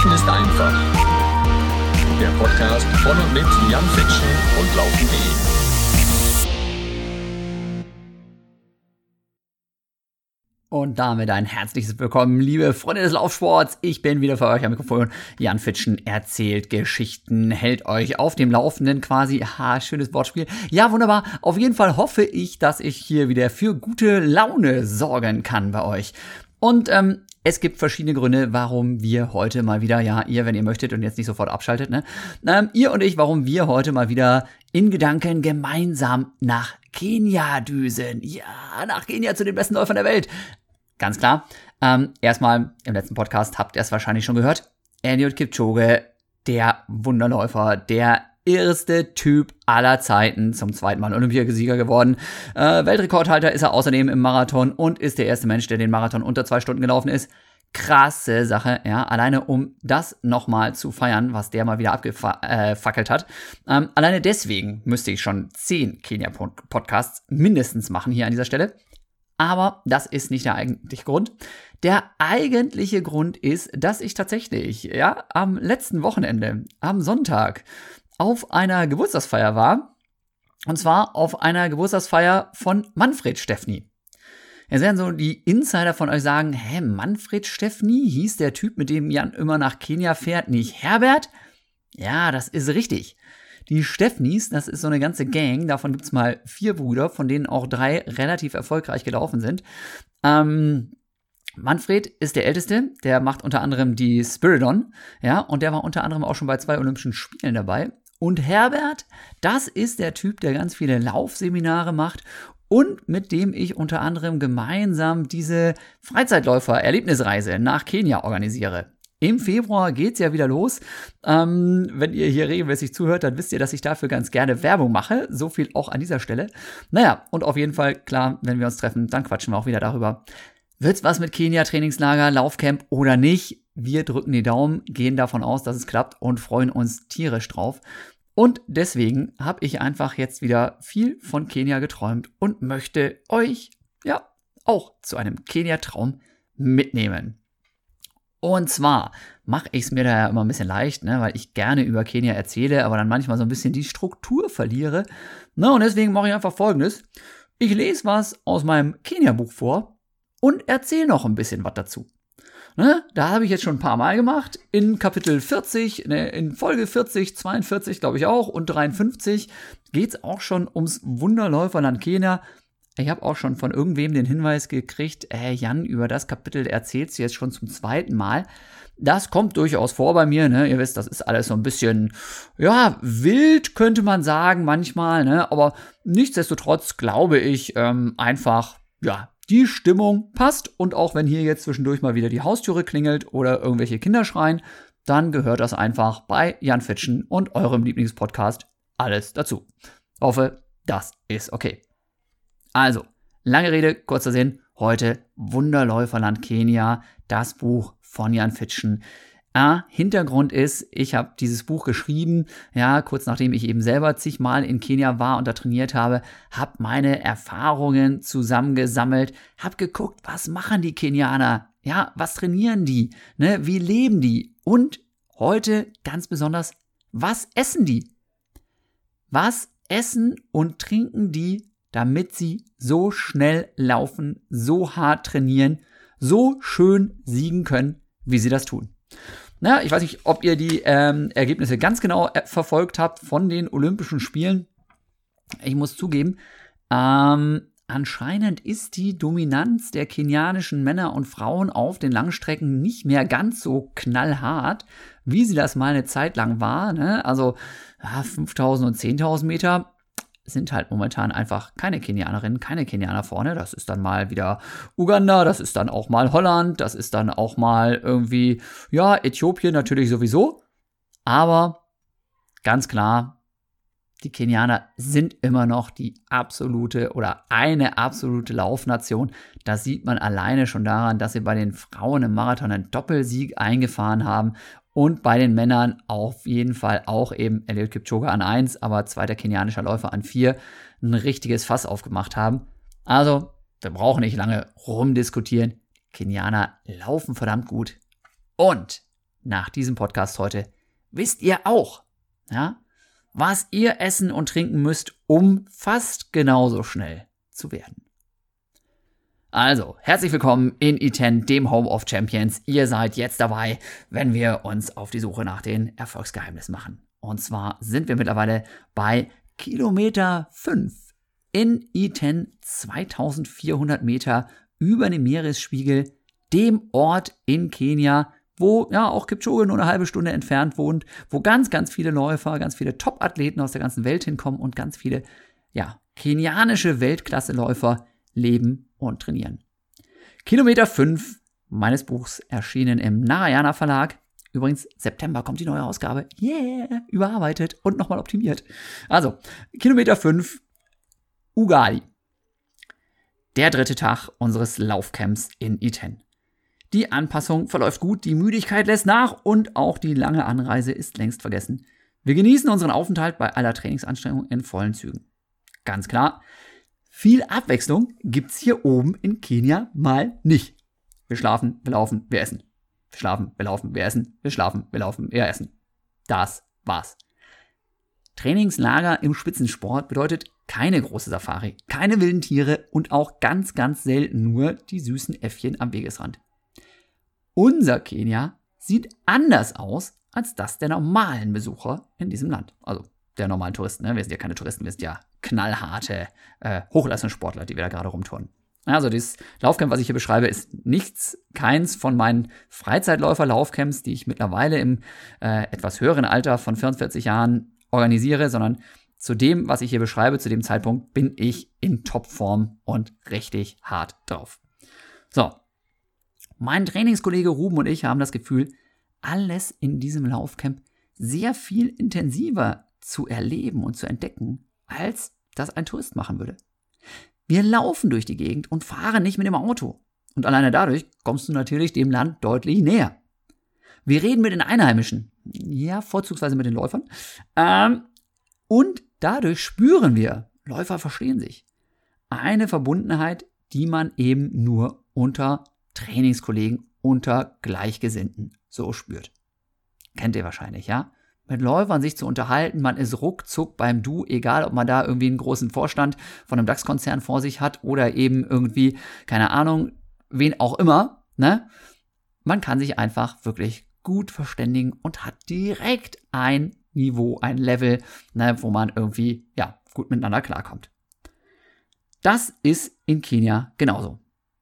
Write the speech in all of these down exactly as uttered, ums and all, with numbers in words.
Laufen ist einfach. Der Podcast von und mit Jan Fitschen und laufen punkt de. Und damit ein herzliches Willkommen, liebe Freunde des Laufsports. Ich bin wieder für euch am Mikrofon. Jan Fitschen erzählt Geschichten, hält euch auf dem Laufenden quasi. Ha, schönes Wortspiel. Ja, wunderbar. Auf jeden Fall hoffe ich, dass ich hier wieder für gute Laune sorgen kann bei euch. Und ähm, es gibt verschiedene Gründe, warum wir heute mal wieder, ja, ihr, wenn ihr möchtet und jetzt nicht sofort abschaltet, ne, ähm, ihr und ich, warum wir heute mal wieder in Gedanken gemeinsam nach Kenia düsen. Ja, nach Kenia zu den besten Läufern der Welt. Ganz klar. Ähm, erstmal, im letzten Podcast habt ihr es wahrscheinlich schon gehört. Eliud Kipchoge, der Wunderläufer, der erste Typ aller Zeiten, zum zweiten Mal Olympiasieger geworden. Äh, Weltrekordhalter ist er außerdem im Marathon und ist der erste Mensch, der den Marathon unter zwei Stunden gelaufen ist. Krasse Sache, ja, alleine um das nochmal zu feiern, was der mal wieder abgefackelt hat. Ähm, alleine deswegen müsste ich schon zehn Kenia-Podcasts mindestens machen hier an dieser Stelle. Aber das ist nicht der eigentliche Grund. Der eigentliche Grund ist, dass ich tatsächlich, ja, am letzten Wochenende, am Sonntag, auf einer Geburtstagsfeier war. Und zwar auf einer Geburtstagsfeier von Manfred Steffny. Jetzt werden so die Insider von euch sagen, hä, Manfred Steffny? Hieß der Typ, mit dem Jan immer nach Kenia fährt, nicht Herbert? Ja, das ist richtig. Die Steffnys, das ist so eine ganze Gang, davon gibt's mal vier Brüder, von denen auch drei relativ erfolgreich gelaufen sind. Ähm, Manfred ist der Älteste, der macht unter anderem die Spiridon, ja, und der war unter anderem auch schon bei zwei Olympischen Spielen dabei. Und Herbert, das ist der Typ, der ganz viele Laufseminare macht und mit dem ich unter anderem gemeinsam diese Freizeitläufer-Erlebnisreise nach Kenia organisiere. Im Februar geht's ja wieder los. Ähm, wenn ihr hier regelmäßig zuhört, dann wisst ihr, dass ich dafür ganz gerne Werbung mache. So viel auch an dieser Stelle. Naja, und auf jeden Fall, klar, wenn wir uns treffen, dann quatschen wir auch wieder darüber. Wird's was mit Kenia, Trainingslager, Laufcamp oder nicht? Wir drücken die Daumen, gehen davon aus, dass es klappt und freuen uns tierisch drauf. Und deswegen habe ich einfach jetzt wieder viel von Kenia geträumt und möchte euch, ja, auch zu einem Kenia-Traum mitnehmen. Und zwar mache ich es mir da ja immer ein bisschen leicht, ne, weil ich gerne über Kenia erzähle, aber dann manchmal so ein bisschen die Struktur verliere. Na, und deswegen mache ich einfach Folgendes. Ich lese was aus meinem Kenia-Buch vor und erzähle noch ein bisschen was dazu. Ne, da habe ich jetzt schon ein paar Mal gemacht. In Kapitel vierzig, ne, in Folge vierzig, zweiundvierzig glaube ich auch und dreiundfünfzig geht es auch schon ums Wunderläuferland Kenia. Ich habe auch schon von irgendwem den Hinweis gekriegt, äh, Jan, über das Kapitel erzählst du jetzt schon zum zweiten Mal. Das kommt durchaus vor bei mir, ne? Ihr wisst, das ist alles so ein bisschen, ja, wild, könnte man sagen manchmal, ne? Aber nichtsdestotrotz glaube ich ähm, einfach, ja, die Stimmung passt. Und auch wenn hier jetzt zwischendurch mal wieder die Haustüre klingelt oder irgendwelche Kinder schreien, dann gehört das einfach bei Jan Fitschen und eurem Lieblingspodcast alles dazu. Hoffe, das ist okay. Also, lange Rede, kurzer Sinn. Heute Wunderläuferland Kenia, das Buch von Jan Fitschen. Ah, Hintergrund ist, ich habe dieses Buch geschrieben, ja, kurz nachdem ich eben selber zigmal in Kenia war und da trainiert habe, habe meine Erfahrungen zusammengesammelt, habe geguckt, was machen die Kenianer, ja, was trainieren die, ne, wie leben die und heute ganz besonders, was essen die? Was essen und trinken die, damit sie so schnell laufen, so hart trainieren, so schön siegen können, wie sie das tun. Na, ich weiß nicht, ob ihr die ähm, Ergebnisse ganz genau äh, verfolgt habt von den Olympischen Spielen. Ich muss zugeben, ähm, anscheinend ist die Dominanz der kenianischen Männer und Frauen auf den Langstrecken nicht mehr ganz so knallhart, wie sie das mal eine Zeit lang war. Ne? Also ja, fünftausend und zehntausend Meter sind halt momentan einfach keine Kenianerinnen, keine Kenianer vorne. Das ist dann mal wieder Uganda, das ist dann auch mal Holland, das ist dann auch mal irgendwie, ja, Äthiopien natürlich sowieso. Aber ganz klar, die Kenianer sind immer noch die absolute oder eine absolute Laufnation. Das sieht man alleine schon daran, dass sie bei den Frauen im Marathon einen Doppelsieg eingefahren haben. Und bei den Männern auf jeden Fall auch eben Eliud Kipchoge an eins, aber zweiter kenianischer Läufer an vier, ein richtiges Fass aufgemacht haben. Also, wir brauchen nicht lange rumdiskutieren. Kenianer laufen verdammt gut. Und nach diesem Podcast heute wisst ihr auch, ja, was ihr essen und trinken müsst, um fast genauso schnell zu werden. Also, herzlich willkommen in E zehn, dem Home of Champions. Ihr seid jetzt dabei, wenn wir uns auf die Suche nach den Erfolgsgeheimnissen machen. Und zwar sind wir mittlerweile bei Kilometer fünf in E zehn, zweitausendvierhundert Meter über dem Meeresspiegel, dem Ort in Kenia, wo ja auch Kipchoge nur eine halbe Stunde entfernt wohnt, wo ganz, ganz viele Läufer, ganz viele Top-Athleten aus der ganzen Welt hinkommen und ganz viele, ja, kenianische Weltklasse-Läufer leben und trainieren. Kilometer fünf meines Buchs, erschienen im Narayana Verlag. Übrigens, September kommt die neue Ausgabe. Yeah, überarbeitet und nochmal optimiert. Also, Kilometer fünf, Ugali. Der dritte Tag unseres Laufcamps in E zehn. Die Anpassung verläuft gut, die Müdigkeit lässt nach und auch die lange Anreise ist längst vergessen. Wir genießen unseren Aufenthalt bei aller Trainingsanstrengung in vollen Zügen. Ganz klar, viel Abwechslung gibt's hier oben in Kenia mal nicht. Wir schlafen, wir laufen, wir essen. Wir schlafen, wir laufen, wir essen. Wir schlafen, wir laufen, wir essen. Das war's. Trainingslager im Spitzensport bedeutet keine große Safari, keine wilden Tiere und auch ganz, ganz selten nur die süßen Äffchen am Wegesrand. Unser Kenia sieht anders aus als das der normalen Besucher in diesem Land. Also der normalen Touristen, ne? Wir sind ja keine Touristen, wir sind ja knallharte äh, Hochleistungssportler, die wir da gerade rumtouren. Also dieses Laufcamp, was ich hier beschreibe, ist nichts, keins von meinen Freizeitläufer-Laufcamps, die ich mittlerweile im äh, etwas höheren Alter von vierundvierzig Jahren organisiere, sondern zu dem, was ich hier beschreibe, zu dem Zeitpunkt bin ich in Topform und richtig hart drauf. So, mein Trainingskollege Ruben und ich haben das Gefühl, alles in diesem Laufcamp sehr viel intensiver zu erleben und zu entdecken, als das ein Tourist machen würde. Wir laufen durch die Gegend und fahren nicht mit dem Auto. Und alleine dadurch kommst du natürlich dem Land deutlich näher. Wir reden mit den Einheimischen, ja, vorzugsweise mit den Läufern, ähm, und dadurch spüren wir, Läufer verstehen sich, eine Verbundenheit, die man eben nur unter Trainingskollegen, unter Gleichgesinnten so spürt. Kennt ihr wahrscheinlich, ja? Mit Läufern sich zu unterhalten, man ist ruckzuck beim Du, egal ob man da irgendwie einen großen Vorstand von einem DAX-Konzern vor sich hat oder eben irgendwie, keine Ahnung, wen auch immer, ne? Man kann sich einfach wirklich gut verständigen und hat direkt ein Niveau, ein Level, ne, wo man irgendwie, ja, gut miteinander klarkommt. Das ist in Kenia genauso.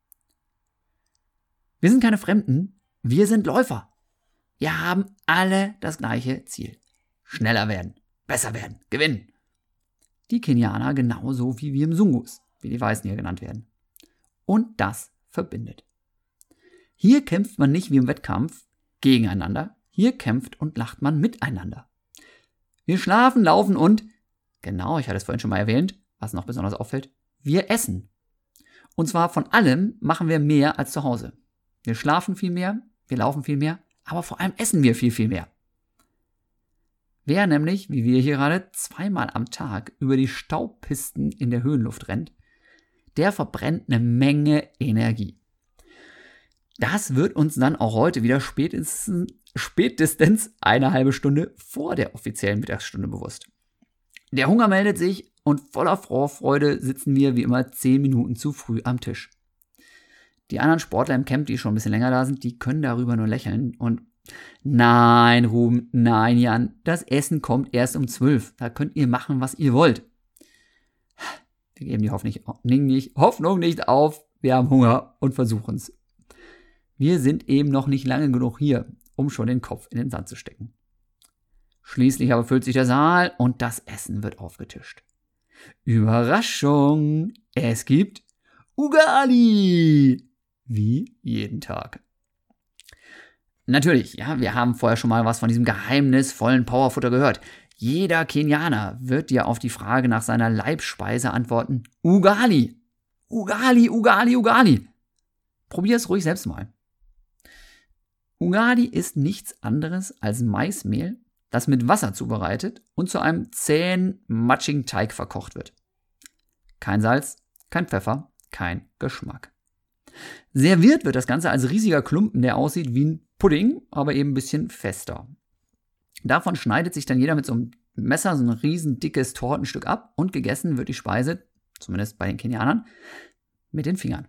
Wir sind keine Fremden, wir sind Läufer. Wir haben alle das gleiche Ziel. Schneller werden, besser werden, gewinnen. Die Kenianer genauso wie wir Mzungus, wie die Weißen hier genannt werden. Und das verbindet. Hier kämpft man nicht wie im Wettkampf gegeneinander, hier kämpft und lacht man miteinander. Wir schlafen, laufen und, genau, ich hatte es vorhin schon mal erwähnt, was noch besonders auffällt, wir essen. Und zwar von allem machen wir mehr als zu Hause. Wir schlafen viel mehr, wir laufen viel mehr, aber vor allem essen wir viel, viel mehr. Wer nämlich, wie wir hier gerade, zweimal am Tag über die Staubpisten in der Höhenluft rennt, der verbrennt eine Menge Energie. Das wird uns dann auch heute wieder spätestens, spätestens eine halbe Stunde vor der offiziellen Mittagsstunde bewusst. Der Hunger meldet sich und voller Vorfreude sitzen wir wie immer zehn Minuten zu früh am Tisch. Die anderen Sportler im Camp, die schon ein bisschen länger da sind, die können darüber nur lächeln und nein, Ruben, nein, Jan, das Essen kommt erst um zwölf. Da könnt ihr machen, was ihr wollt. Wir geben die Hoffnung nicht, Hoffnung nicht auf. Wir haben Hunger und versuchen es. Wir sind eben noch nicht lange genug hier, um schon den Kopf in den Sand zu stecken. Schließlich aber füllt sich der Saal und das Essen wird aufgetischt. Überraschung! Es gibt Ugali! Wie jeden Tag. Natürlich, ja, wir haben vorher schon mal was von diesem geheimnisvollen Powerfutter gehört. Jeder Kenianer wird dir auf die Frage nach seiner Leibspeise antworten: Ugali! Ugali, Ugali, Ugali! Probier es ruhig selbst mal. Ugali ist nichts anderes als Maismehl, das mit Wasser zubereitet und zu einem zähen, matschigen Teig verkocht wird. Kein Salz, kein Pfeffer, kein Geschmack. Serviert wird das Ganze als riesiger Klumpen, der aussieht wie ein Pudding, aber eben ein bisschen fester. Davon schneidet sich dann jeder mit so einem Messer so ein riesen dickes Tortenstück ab und gegessen wird die Speise, zumindest bei den Kenianern, mit den Fingern.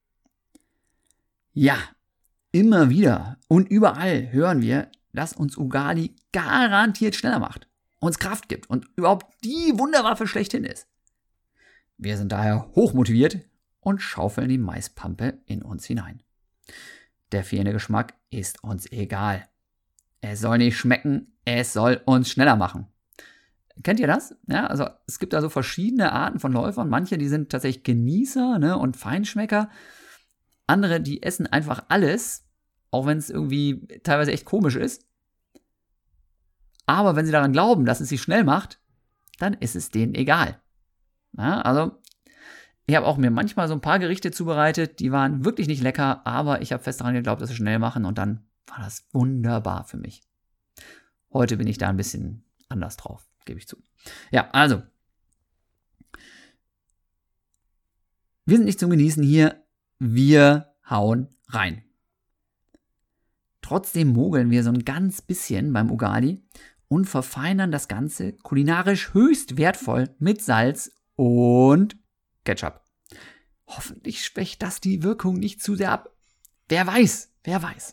Ja, immer wieder und überall hören wir, dass uns Ugali garantiert schneller macht, uns Kraft gibt und überhaupt die Wunderwaffe schlechthin ist. Wir sind daher hochmotiviert und schaufeln die Maispampe in uns hinein. Der fehlende Geschmack ist uns egal. Es soll nicht schmecken, es soll uns schneller machen. Kennt ihr das? Ja, also es gibt da so verschiedene Arten von Läufern. Manche, die sind tatsächlich Genießer, ne, und Feinschmecker. Andere, die essen einfach alles, auch wenn es irgendwie teilweise echt komisch ist. Aber wenn sie daran glauben, dass es sie schnell macht, dann ist es denen egal. Ja, also ich habe auch mir manchmal so ein paar Gerichte zubereitet, die waren wirklich nicht lecker, aber ich habe fest daran geglaubt, dass sie schnell machen und dann war das wunderbar für mich. Heute bin ich da ein bisschen anders drauf, gebe ich zu. Ja, also. Wir sind nicht zum Genießen hier, wir hauen rein. Trotzdem mogeln wir so ein ganz bisschen beim Ugali und verfeinern das Ganze kulinarisch höchst wertvoll mit Salz und Ketchup. Hoffentlich schwächt das die Wirkung nicht zu sehr ab. Wer weiß, wer weiß.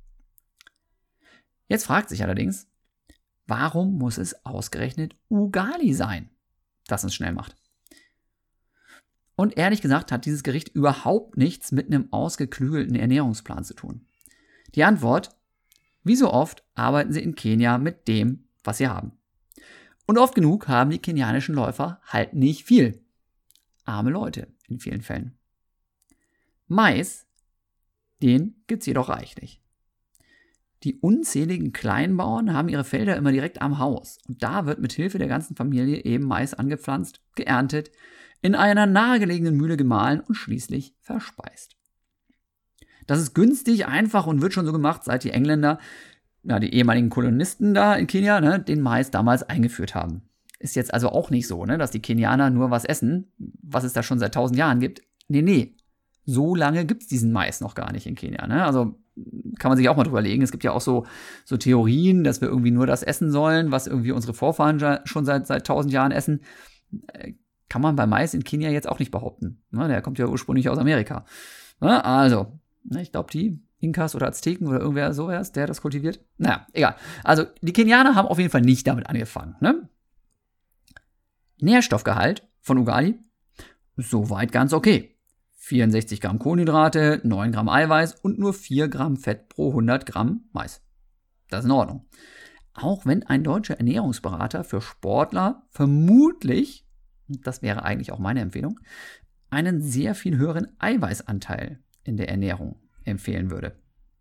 Jetzt fragt sich allerdings, warum muss es ausgerechnet Ugali sein, das uns schnell macht? Und ehrlich gesagt hat dieses Gericht überhaupt nichts mit einem ausgeklügelten Ernährungsplan zu tun. Die Antwort, wie so oft arbeiten sie in Kenia mit dem, was sie haben. Und oft genug haben die kenianischen Läufer halt nicht viel. Arme Leute in vielen Fällen. Mais, den gibt's jedoch reichlich. Die unzähligen Kleinbauern haben ihre Felder immer direkt am Haus. Und da wird mit Hilfe der ganzen Familie eben Mais angepflanzt, geerntet, in einer nahegelegenen Mühle gemahlen und schließlich verspeist. Das ist günstig, einfach und wird schon so gemacht, seit die Engländer, ja, die ehemaligen Kolonisten da in Kenia, ne, den Mais damals eingeführt haben. Ist jetzt also auch nicht so, ne, dass die Kenianer nur was essen, was es da schon seit tausend Jahren gibt. Nee, nee. So lange gibt es diesen Mais noch gar nicht in Kenia. Ne? Also kann man sich auch mal drüber legen. Es gibt ja auch so, so Theorien, dass wir irgendwie nur das essen sollen, was irgendwie unsere Vorfahren schon seit, seit tausend Jahren essen. Kann man bei Mais in Kenia jetzt auch nicht behaupten. Ne? Der kommt ja ursprünglich aus Amerika. Ne? Also, ne, ich glaube, die Inkas oder Azteken oder irgendwer sowas, der das kultiviert. Naja, egal. Also, die Kenianer haben auf jeden Fall nicht damit angefangen. Ne? Nährstoffgehalt von Ugali, soweit ganz okay. vierundsechzig Gramm Kohlenhydrate, neun Gramm Eiweiß und nur vier Gramm Fett pro hundert Gramm Mais. Das ist in Ordnung. Auch wenn ein deutscher Ernährungsberater für Sportler vermutlich, das wäre eigentlich auch meine Empfehlung, einen sehr viel höheren Eiweißanteil in der Ernährung empfehlen würde.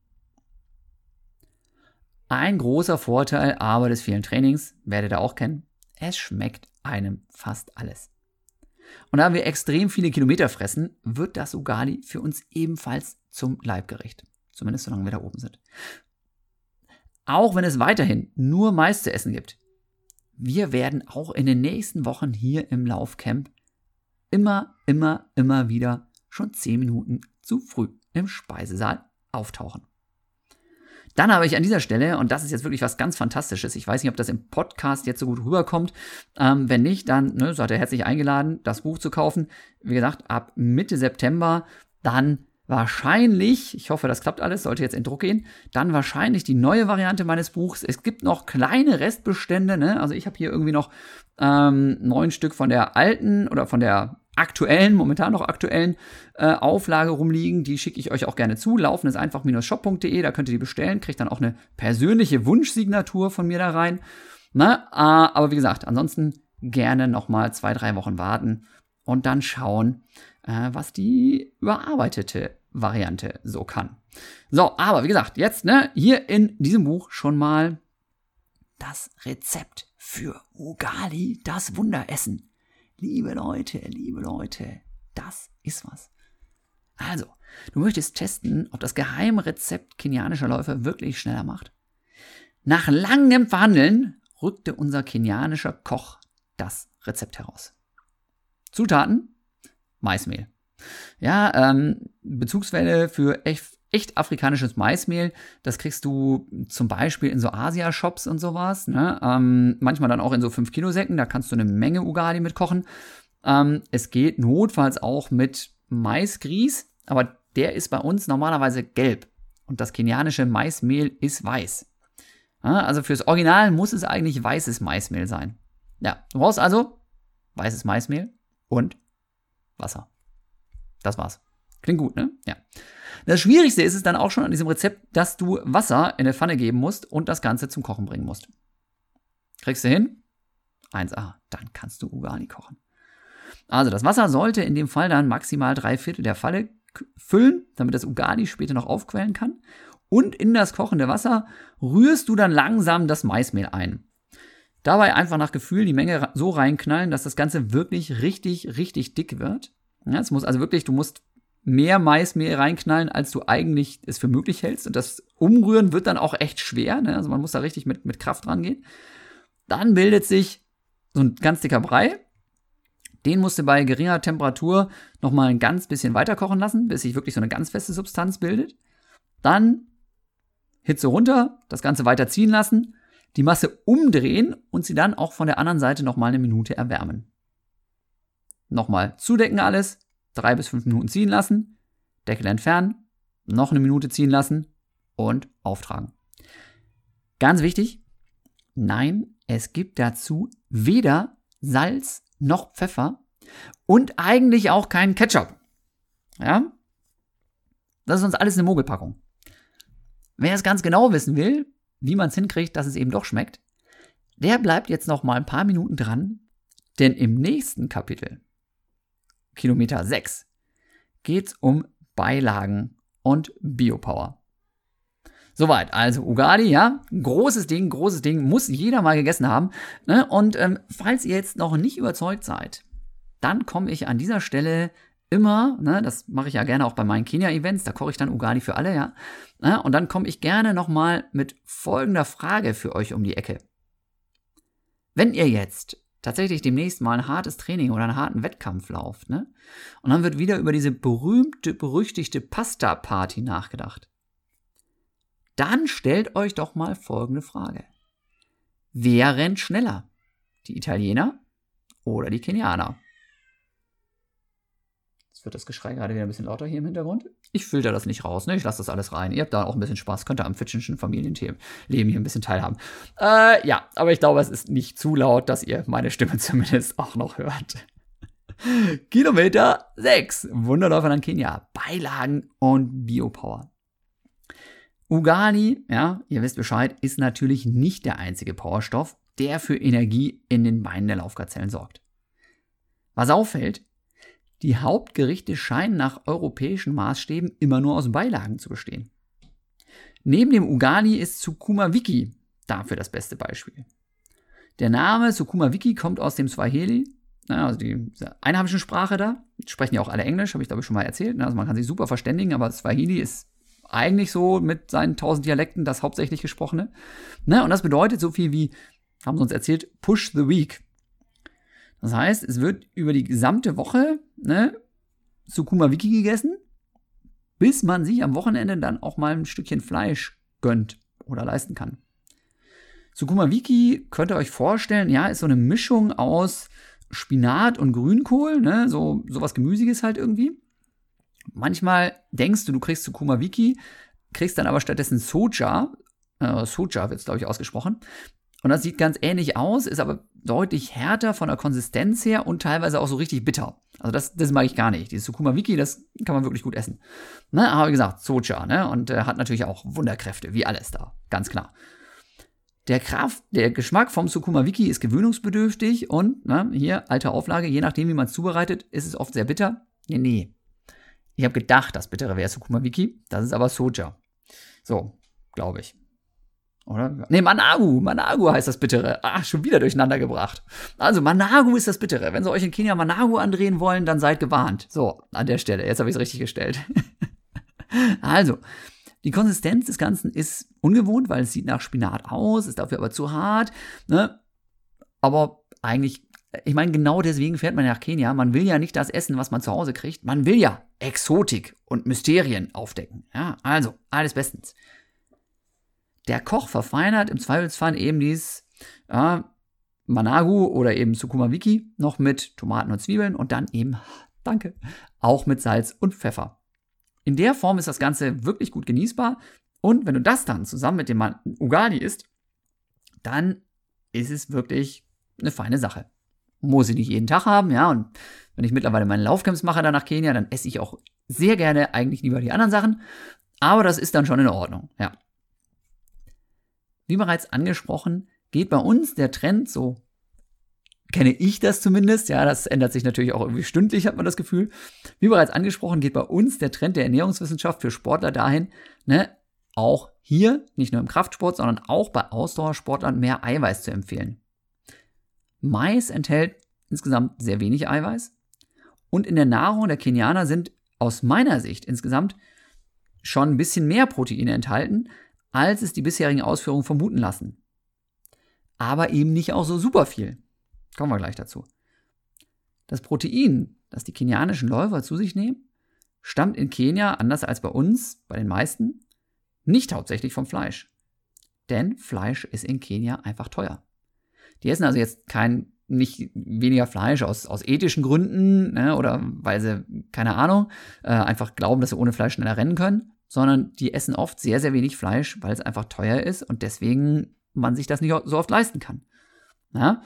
Ein großer Vorteil aber des vielen Trainings, werdet ihr auch kennen, es schmeckt einem fast alles. Und da wir extrem viele Kilometer fressen, wird das Ugali für uns ebenfalls zum Leibgericht. Zumindest solange wir da oben sind. Auch wenn es weiterhin nur Mais zu essen gibt. Wir werden auch in den nächsten Wochen hier im Laufcamp immer, immer, immer wieder schon zehn Minuten zu früh im Speisesaal auftauchen. Dann habe ich an dieser Stelle, und das ist jetzt wirklich was ganz Fantastisches, ich weiß nicht, ob das im Podcast jetzt so gut rüberkommt, ähm, wenn nicht, dann ne, seid ihr herzlich eingeladen, das Buch zu kaufen. Wie gesagt, ab Mitte September dann wahrscheinlich, ich hoffe, das klappt alles, sollte jetzt in Druck gehen, dann wahrscheinlich die neue Variante meines Buchs. Es gibt noch kleine Restbestände, ne? Also ich habe hier irgendwie noch ähm, neun Stück von der alten oder von der aktuellen, momentan noch aktuellen äh, Auflage rumliegen. Die schicke ich euch auch gerne zu. Laufen ist einfach shop punkt de, da könnt ihr die bestellen, kriegt dann auch eine persönliche Wunschsignatur von mir da rein. Na, äh, aber wie gesagt, ansonsten gerne nochmal zwei, drei Wochen warten und dann schauen, äh, was die überarbeitete Variante so kann. So, aber wie gesagt, jetzt ne, hier in diesem Buch schon mal das Rezept für Ugali, das Wunderessen. Liebe Leute, liebe Leute, das ist was. Also, du möchtest testen, ob das geheime Rezept kenianischer Läufer wirklich schneller macht? Nach langem Verhandeln rückte unser kenianischer Koch das Rezept heraus. Zutaten: Maismehl. Ja, ähm, Bezugsquelle für echt afrikanisches Maismehl, das kriegst du zum Beispiel in so Asia-Shops und sowas, ne? Ähm, manchmal dann auch in so fünf Kilo Säcken, da kannst du eine Menge Ugali mit kochen. Ähm, es geht notfalls auch mit Maisgrieß, aber der ist bei uns normalerweise gelb und das kenianische Maismehl ist weiß. Ja, also fürs Original muss es eigentlich weißes Maismehl sein. Ja, du brauchst also weißes Maismehl und Wasser. Das war's. Klingt gut, ne? Ja. Das Schwierigste ist es dann auch schon an diesem Rezept, dass du Wasser in eine Pfanne geben musst und das Ganze zum Kochen bringen musst. Kriegst du hin? eins a, dann kannst du Ugali kochen. Also das Wasser sollte in dem Fall dann maximal drei Viertel der Pfanne füllen, damit das Ugali später noch aufquellen kann. Und in das kochende Wasser rührst du dann langsam das Maismehl ein. Dabei einfach nach Gefühl die Menge so reinknallen, dass das Ganze wirklich richtig, richtig dick wird. Ja, es muss also wirklich, du musst mehr Maismehl reinknallen, als du eigentlich es für möglich hältst. Und das Umrühren wird dann auch echt schwer. Ne? Also man muss da richtig mit, mit Kraft rangehen. Dann bildet sich so ein ganz dicker Brei. Den musst du bei geringer Temperatur nochmal ein ganz bisschen weiter kochen lassen, bis sich wirklich so eine ganz feste Substanz bildet. Dann Hitze runter, das Ganze weiter ziehen lassen, die Masse umdrehen und sie dann auch von der anderen Seite nochmal eine Minute erwärmen. Nochmal zudecken alles, drei bis fünf Minuten ziehen lassen, Deckel entfernen, noch eine Minute ziehen lassen und auftragen. Ganz wichtig, nein, es gibt dazu weder Salz noch Pfeffer und eigentlich auch keinen Ketchup. Ja? Das ist uns alles eine Mogelpackung. Wer es ganz genau wissen will, wie man es hinkriegt, dass es eben doch schmeckt, der bleibt jetzt noch mal ein paar Minuten dran, denn im nächsten Kapitel, Kilometer sechs, geht es um Beilagen und Biopower. Soweit, also Ugali, ja, großes Ding, großes Ding, muss jeder mal gegessen haben. Ne? Und ähm, falls ihr jetzt noch nicht überzeugt seid, dann komme ich an dieser Stelle immer, ne, das mache ich ja gerne auch bei meinen Kenia-Events, da koche ich dann Ugali für alle, ja. Ne? Und dann komme ich gerne nochmal mit folgender Frage für euch um die Ecke. Wenn ihr jetzt tatsächlich demnächst mal ein hartes Training oder einen harten Wettkampf lauft, ne, und dann wird wieder über diese berühmte, berüchtigte Pasta-Party nachgedacht, dann stellt euch doch mal folgende Frage. Wer rennt schneller? Die Italiener oder die Kenianer? Jetzt wird das Geschrei gerade wieder ein bisschen lauter hier im Hintergrund. Ich filter das nicht raus, ne? Ich lasse das alles rein. Ihr habt da auch ein bisschen Spaß, könnt ihr am Fitchenschen Familienleben hier ein bisschen teilhaben. Äh, ja, aber ich glaube, es ist nicht zu laut, dass ihr meine Stimme zumindest auch noch hört. Kilometer sechs. Wunderläufer in Kenia. Beilagen und Biopower. Ugali, ja, ihr wisst Bescheid, ist natürlich nicht der einzige Powerstoff, der für Energie in den Beinen der Laufgazellen sorgt. Was auffällt, die Hauptgerichte scheinen nach europäischen Maßstäben immer nur aus Beilagen zu bestehen. Neben dem Ugali ist Sukuma Wiki dafür das beste Beispiel. Der Name Sukuma Wiki kommt aus dem Swahili, also die einheimischen Sprache da. Die sprechen ja auch alle Englisch, habe ich glaube ich schon mal erzählt. Also man kann sich super verständigen, aber Swahili ist eigentlich so mit seinen tausend Dialekten das hauptsächlich Gesprochene. Ne? Und das bedeutet so viel wie, haben sie uns erzählt, push the week. Das heißt, es wird über die gesamte Woche, ne, Sukuma Wiki gegessen, bis man sich am Wochenende dann auch mal ein Stückchen Fleisch gönnt oder leisten kann. Sukuma Wiki könnt ihr euch vorstellen, ja, ist so eine Mischung aus Spinat und Grünkohl, ne, so sowas Gemüsiges halt irgendwie. Manchmal denkst du, du kriegst Sukuma Wiki, kriegst dann aber stattdessen Soja, äh, Soja wird es glaube ich ausgesprochen, und das sieht ganz ähnlich aus, ist aber deutlich härter von der Konsistenz her und teilweise auch so richtig bitter. Also das, das mag ich gar nicht. Dieses Sukuma Wiki, das kann man wirklich gut essen. Ne, aber wie gesagt, Soja, ne, und äh, hat natürlich auch Wunderkräfte, wie alles da, ganz klar. Der Kraft, der Geschmack vom Sukuma Wiki ist gewöhnungsbedürftig und, ne, hier, alte Auflage, je nachdem, wie man es zubereitet, ist es oft sehr bitter. Nee, nee. Ich habe gedacht, das Bittere wäre Sukuma Wiki, das ist aber Soja. So, glaube ich. Oder? Nee, Managu. Managu heißt das Bittere. Ah, schon wieder durcheinander gebracht. Also, Managu ist das Bittere. Wenn sie euch in Kenia Managu andrehen wollen, dann seid gewarnt. So, an der Stelle. Jetzt habe ich es richtig gestellt. Also, die Konsistenz des Ganzen ist ungewohnt, weil es sieht nach Spinat aus, ist dafür aber zu hart. Ne? Aber eigentlich Ich meine, genau deswegen fährt man nach Kenia. Man will ja nicht das essen, was man zu Hause kriegt. Man will ja Exotik und Mysterien aufdecken. Ja, also, alles bestens. Der Koch verfeinert im Zweifelsfall eben dieses äh, Managu oder eben Sukuma Wiki noch mit Tomaten und Zwiebeln und dann eben, danke, auch mit Salz und Pfeffer. In der Form ist das Ganze wirklich gut genießbar. Und wenn du das dann zusammen mit dem Ugali isst, dann ist es wirklich eine feine Sache. Muss ich nicht jeden Tag haben, ja, und wenn ich mittlerweile meine Laufcamps mache dann nach Kenia, dann esse ich auch sehr gerne eigentlich lieber die anderen Sachen, aber das ist dann schon in Ordnung, ja. Wie bereits angesprochen, geht bei uns der Trend, so kenne ich das zumindest, ja, das ändert sich natürlich auch irgendwie stündlich, hat man das Gefühl. Wie bereits angesprochen, geht bei uns der Trend der Ernährungswissenschaft für Sportler dahin, ne, auch hier, nicht nur im Kraftsport, sondern auch bei Ausdauersportlern mehr Eiweiß zu empfehlen. Mais enthält insgesamt sehr wenig Eiweiß und in der Nahrung der Kenianer sind aus meiner Sicht insgesamt schon ein bisschen mehr Proteine enthalten, als es die bisherigen Ausführungen vermuten lassen. Aber eben nicht auch so super viel. Kommen wir gleich dazu. Das Protein, das die kenianischen Läufer zu sich nehmen, stammt in Kenia, anders als bei uns, bei den meisten, nicht hauptsächlich vom Fleisch. Denn Fleisch ist in Kenia einfach teuer. Die essen also jetzt kein, nicht weniger Fleisch aus, aus ethischen Gründen, ne, oder weil sie, keine Ahnung, äh, einfach glauben, dass sie ohne Fleisch schneller rennen können, sondern die essen oft sehr, sehr wenig Fleisch, weil es einfach teuer ist und deswegen man sich das nicht so oft leisten kann. Ja?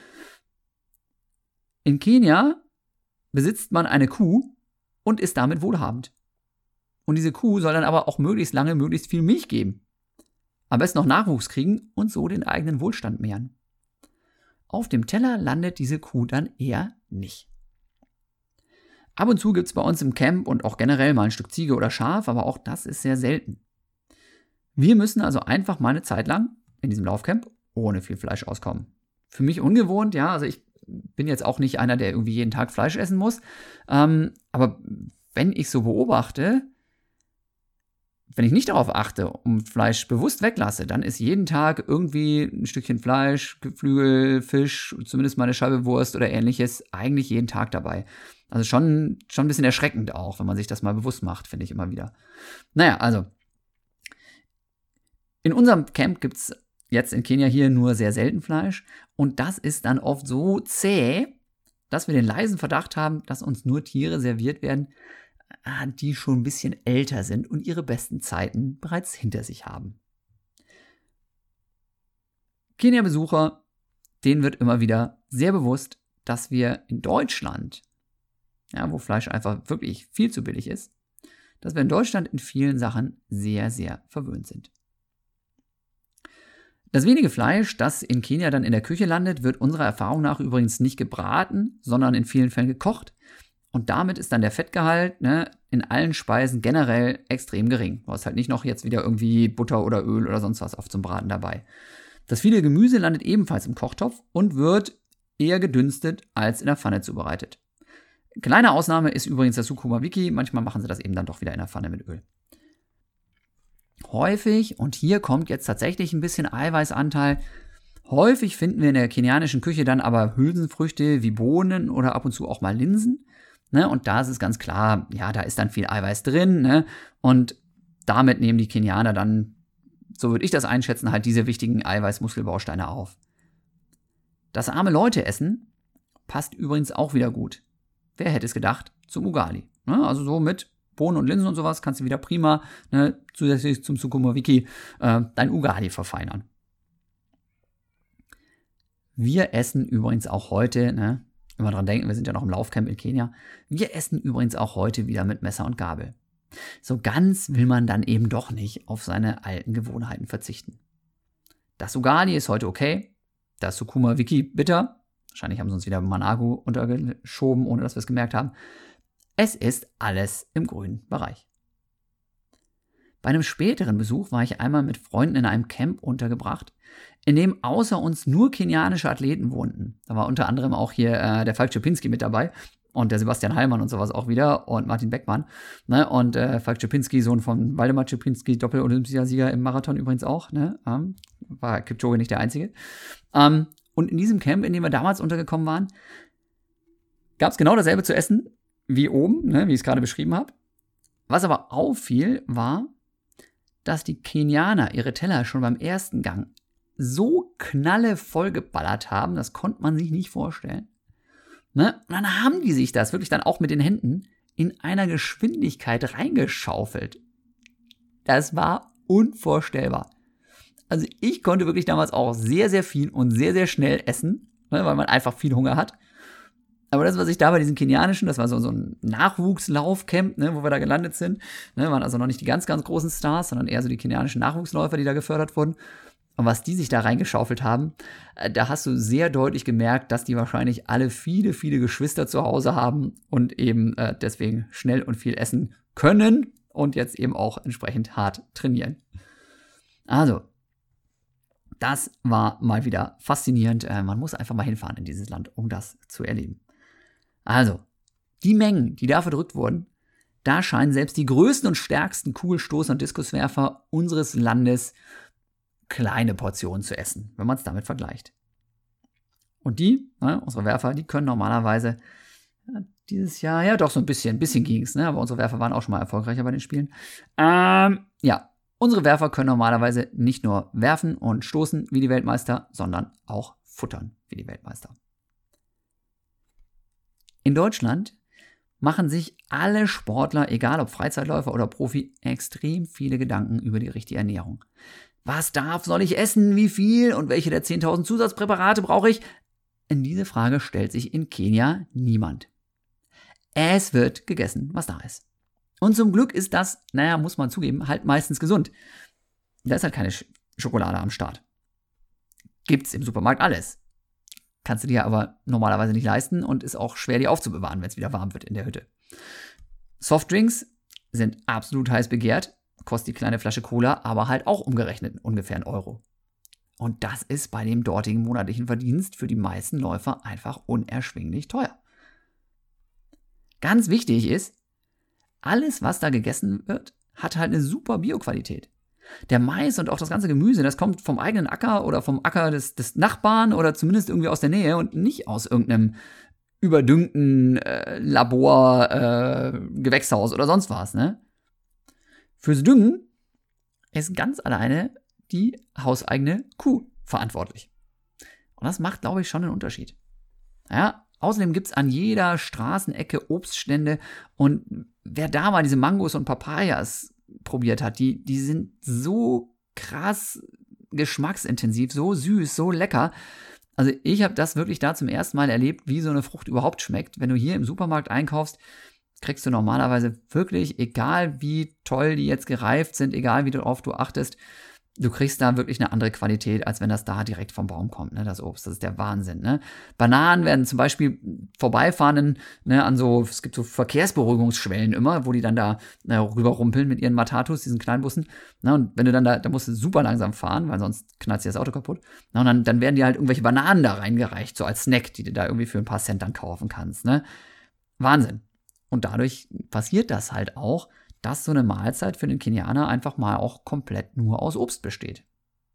In Kenia besitzt man eine Kuh und ist damit wohlhabend. Und diese Kuh soll dann aber auch möglichst lange, möglichst viel Milch geben. Am besten noch Nachwuchs kriegen und so den eigenen Wohlstand mehren. Auf dem Teller landet diese Kuh dann eher nicht. Ab und zu gibt es bei uns im Camp und auch generell mal ein Stück Ziege oder Schaf, aber auch das ist sehr selten. Wir müssen also einfach mal eine Zeit lang in diesem Laufcamp ohne viel Fleisch auskommen. Für mich ungewohnt, ja, also ich bin jetzt auch nicht einer, der irgendwie jeden Tag Fleisch essen muss, ähm, aber wenn ich so beobachte, wenn ich nicht darauf achte und Fleisch bewusst weglasse, dann ist jeden Tag irgendwie ein Stückchen Fleisch, Geflügel, Fisch, zumindest mal eine Scheibe Wurst oder ähnliches, eigentlich jeden Tag dabei. Also schon, schon ein bisschen erschreckend auch, wenn man sich das mal bewusst macht, finde ich immer wieder. Naja, also in unserem Camp gibt es jetzt in Kenia hier nur sehr selten Fleisch und das ist dann oft so zäh, dass wir den leisen Verdacht haben, dass uns nur Tiere serviert werden, die schon ein bisschen älter sind und ihre besten Zeiten bereits hinter sich haben. Kenia-Besucher, denen wird immer wieder sehr bewusst, dass wir in Deutschland, ja, wo Fleisch einfach wirklich viel zu billig ist, dass wir in Deutschland in vielen Sachen sehr, sehr verwöhnt sind. Das wenige Fleisch, das in Kenia dann in der Küche landet, wird unserer Erfahrung nach übrigens nicht gebraten, sondern in vielen Fällen gekocht. Und damit ist dann der Fettgehalt, ne, in allen Speisen generell extrem gering. Du hast halt nicht noch jetzt wieder irgendwie Butter oder Öl oder sonst was auf zum Braten dabei. Das viele Gemüse landet ebenfalls im Kochtopf und wird eher gedünstet als in der Pfanne zubereitet. Kleine Ausnahme ist übrigens das Sukuma Wiki. Manchmal machen sie das eben dann doch wieder in der Pfanne mit Öl. Häufig, und hier kommt jetzt tatsächlich ein bisschen Eiweißanteil, häufig finden wir in der kenianischen Küche dann aber Hülsenfrüchte wie Bohnen oder ab und zu auch mal Linsen. Ne, und da ist es ganz klar, ja, da ist dann viel Eiweiß drin, ne, und damit nehmen die Kenianer dann, so würde ich das einschätzen, halt diese wichtigen Eiweiß-Muskelbausteine auf. Das arme Leute essen passt übrigens auch wieder gut. Wer hätte es gedacht? Zum Ugali. Ne, also so mit Bohnen und Linsen und sowas kannst du wieder prima, ne, zusätzlich zum Sukuma Wiki äh, dein Ugali verfeinern. Wir essen übrigens auch heute, ne, immer dran denken, wir sind ja noch im Laufcamp in Kenia. Wir essen übrigens auch heute wieder mit Messer und Gabel. So ganz will man dann eben doch nicht auf seine alten Gewohnheiten verzichten. Das Ugali ist heute okay. Das Sukuma Wiki bitter. Wahrscheinlich haben sie uns wieder Managu untergeschoben, ohne dass wir es gemerkt haben. Es ist alles im grünen Bereich. Bei einem späteren Besuch war ich einmal mit Freunden in einem Camp untergebracht, in dem außer uns nur kenianische Athleten wohnten. Da war unter anderem auch hier äh, der Falk Czapinski mit dabei und der Sebastian Heilmann und sowas auch wieder und Martin Beckmann. Ne? Und äh, Falk Czapinski, Sohn von Waldemar Czapinski, Doppel-Olympiasieger im Marathon übrigens auch. Ne? Ähm, war Kipchoge nicht der Einzige. Ähm, und in diesem Camp, in dem wir damals untergekommen waren, Gab es genau dasselbe zu essen wie oben, ne, wie ich es gerade beschrieben habe. Was aber auffiel, war, dass die Kenianer ihre Teller schon beim ersten Gang so knallevoll geballert haben, das konnte man sich nicht vorstellen. Ne? Und dann haben die sich das wirklich dann auch mit den Händen in einer Geschwindigkeit reingeschaufelt. Das war unvorstellbar. Also ich konnte wirklich damals auch sehr, sehr viel und sehr, sehr schnell essen, ne, weil man einfach viel Hunger hat. Aber das, was ich da bei diesen kenianischen, das war so, so ein Nachwuchslaufcamp, ne, wo wir da gelandet sind, ne, waren also noch nicht die ganz, ganz großen Stars, sondern eher so die kenianischen Nachwuchsläufer, die da gefördert wurden. Und was die sich da reingeschaufelt haben, da hast du sehr deutlich gemerkt, dass die wahrscheinlich alle viele, viele Geschwister zu Hause haben und eben äh, deswegen schnell und viel essen können und jetzt eben auch entsprechend hart trainieren. Also, das war mal wieder faszinierend. Äh, man muss einfach mal hinfahren in dieses Land, um das zu erleben. Also, die Mengen, die da verdrückt wurden, da scheinen selbst die größten und stärksten Kugelstoßer und Diskuswerfer unseres Landes kleine Portionen zu essen, wenn man es damit vergleicht. Und die, ne, unsere Werfer, die können normalerweise ja, dieses Jahr, ja doch so ein bisschen, ein bisschen ging es, ne, aber unsere Werfer waren auch schon mal erfolgreicher bei den Spielen. Ähm, ja, unsere Werfer können normalerweise nicht nur werfen und stoßen wie die Weltmeister, sondern auch futtern wie die Weltmeister. In Deutschland machen sich alle Sportler, egal ob Freizeitläufer oder Profi, extrem viele Gedanken über die richtige Ernährung. Was darf, soll ich essen, wie viel und welche der zehntausend Zusatzpräparate brauche ich? In diese Frage stellt sich in Kenia niemand. Es wird gegessen, was da ist. Und zum Glück ist das, naja, muss man zugeben, halt meistens gesund. Da ist halt keine Sch- Schokolade am Start. Gibt's im Supermarkt alles. Kannst du dir aber normalerweise nicht leisten und ist auch schwer, die aufzubewahren, wenn es wieder warm wird in der Hütte. Softdrinks sind absolut heiß begehrt, kostet die kleine Flasche Cola, aber halt auch umgerechnet ungefähr einen Euro. Und das ist bei dem dortigen monatlichen Verdienst für die meisten Läufer einfach unerschwinglich teuer. Ganz wichtig ist, alles, was da gegessen wird, hat halt eine super Bioqualität. Der Mais und auch das ganze Gemüse, das kommt vom eigenen Acker oder vom Acker des, des Nachbarn oder zumindest irgendwie aus der Nähe und nicht aus irgendeinem überdüngten äh, Labor, äh, Gewächshaus oder sonst was, ne? Fürs Düngen ist ganz alleine die hauseigene Kuh verantwortlich. Und das macht, glaube ich, schon einen Unterschied. Ja, außerdem gibt es an jeder Straßenecke Obststände und wer da mal diese Mangos und Papayas probiert hat, die, die sind so krass geschmacksintensiv, so süß, so lecker. Also ich habe das wirklich da zum ersten Mal erlebt, wie so eine Frucht überhaupt schmeckt. Wenn du hier im Supermarkt einkaufst, kriegst du normalerweise wirklich, egal wie toll die jetzt gereift sind, egal wie darauf du achtest, du kriegst da wirklich eine andere Qualität, als wenn das da direkt vom Baum kommt, ne, das Obst. Das ist der Wahnsinn, ne. Bananen werden zum Beispiel vorbeifahren, ne, an so, es gibt so Verkehrsberuhigungsschwellen immer, wo die dann da äh, rüberrumpeln mit ihren Matatus, diesen Kleinbussen, ne, und wenn du dann da, da musst du super langsam fahren, weil sonst knallt dir das Auto kaputt, ne, und dann, dann werden dir halt irgendwelche Bananen da reingereicht, so als Snack, die du da irgendwie für ein paar Cent dann kaufen kannst, ne. Wahnsinn. Und dadurch passiert das halt auch, dass so eine Mahlzeit für den Kenianer einfach mal auch komplett nur aus Obst besteht.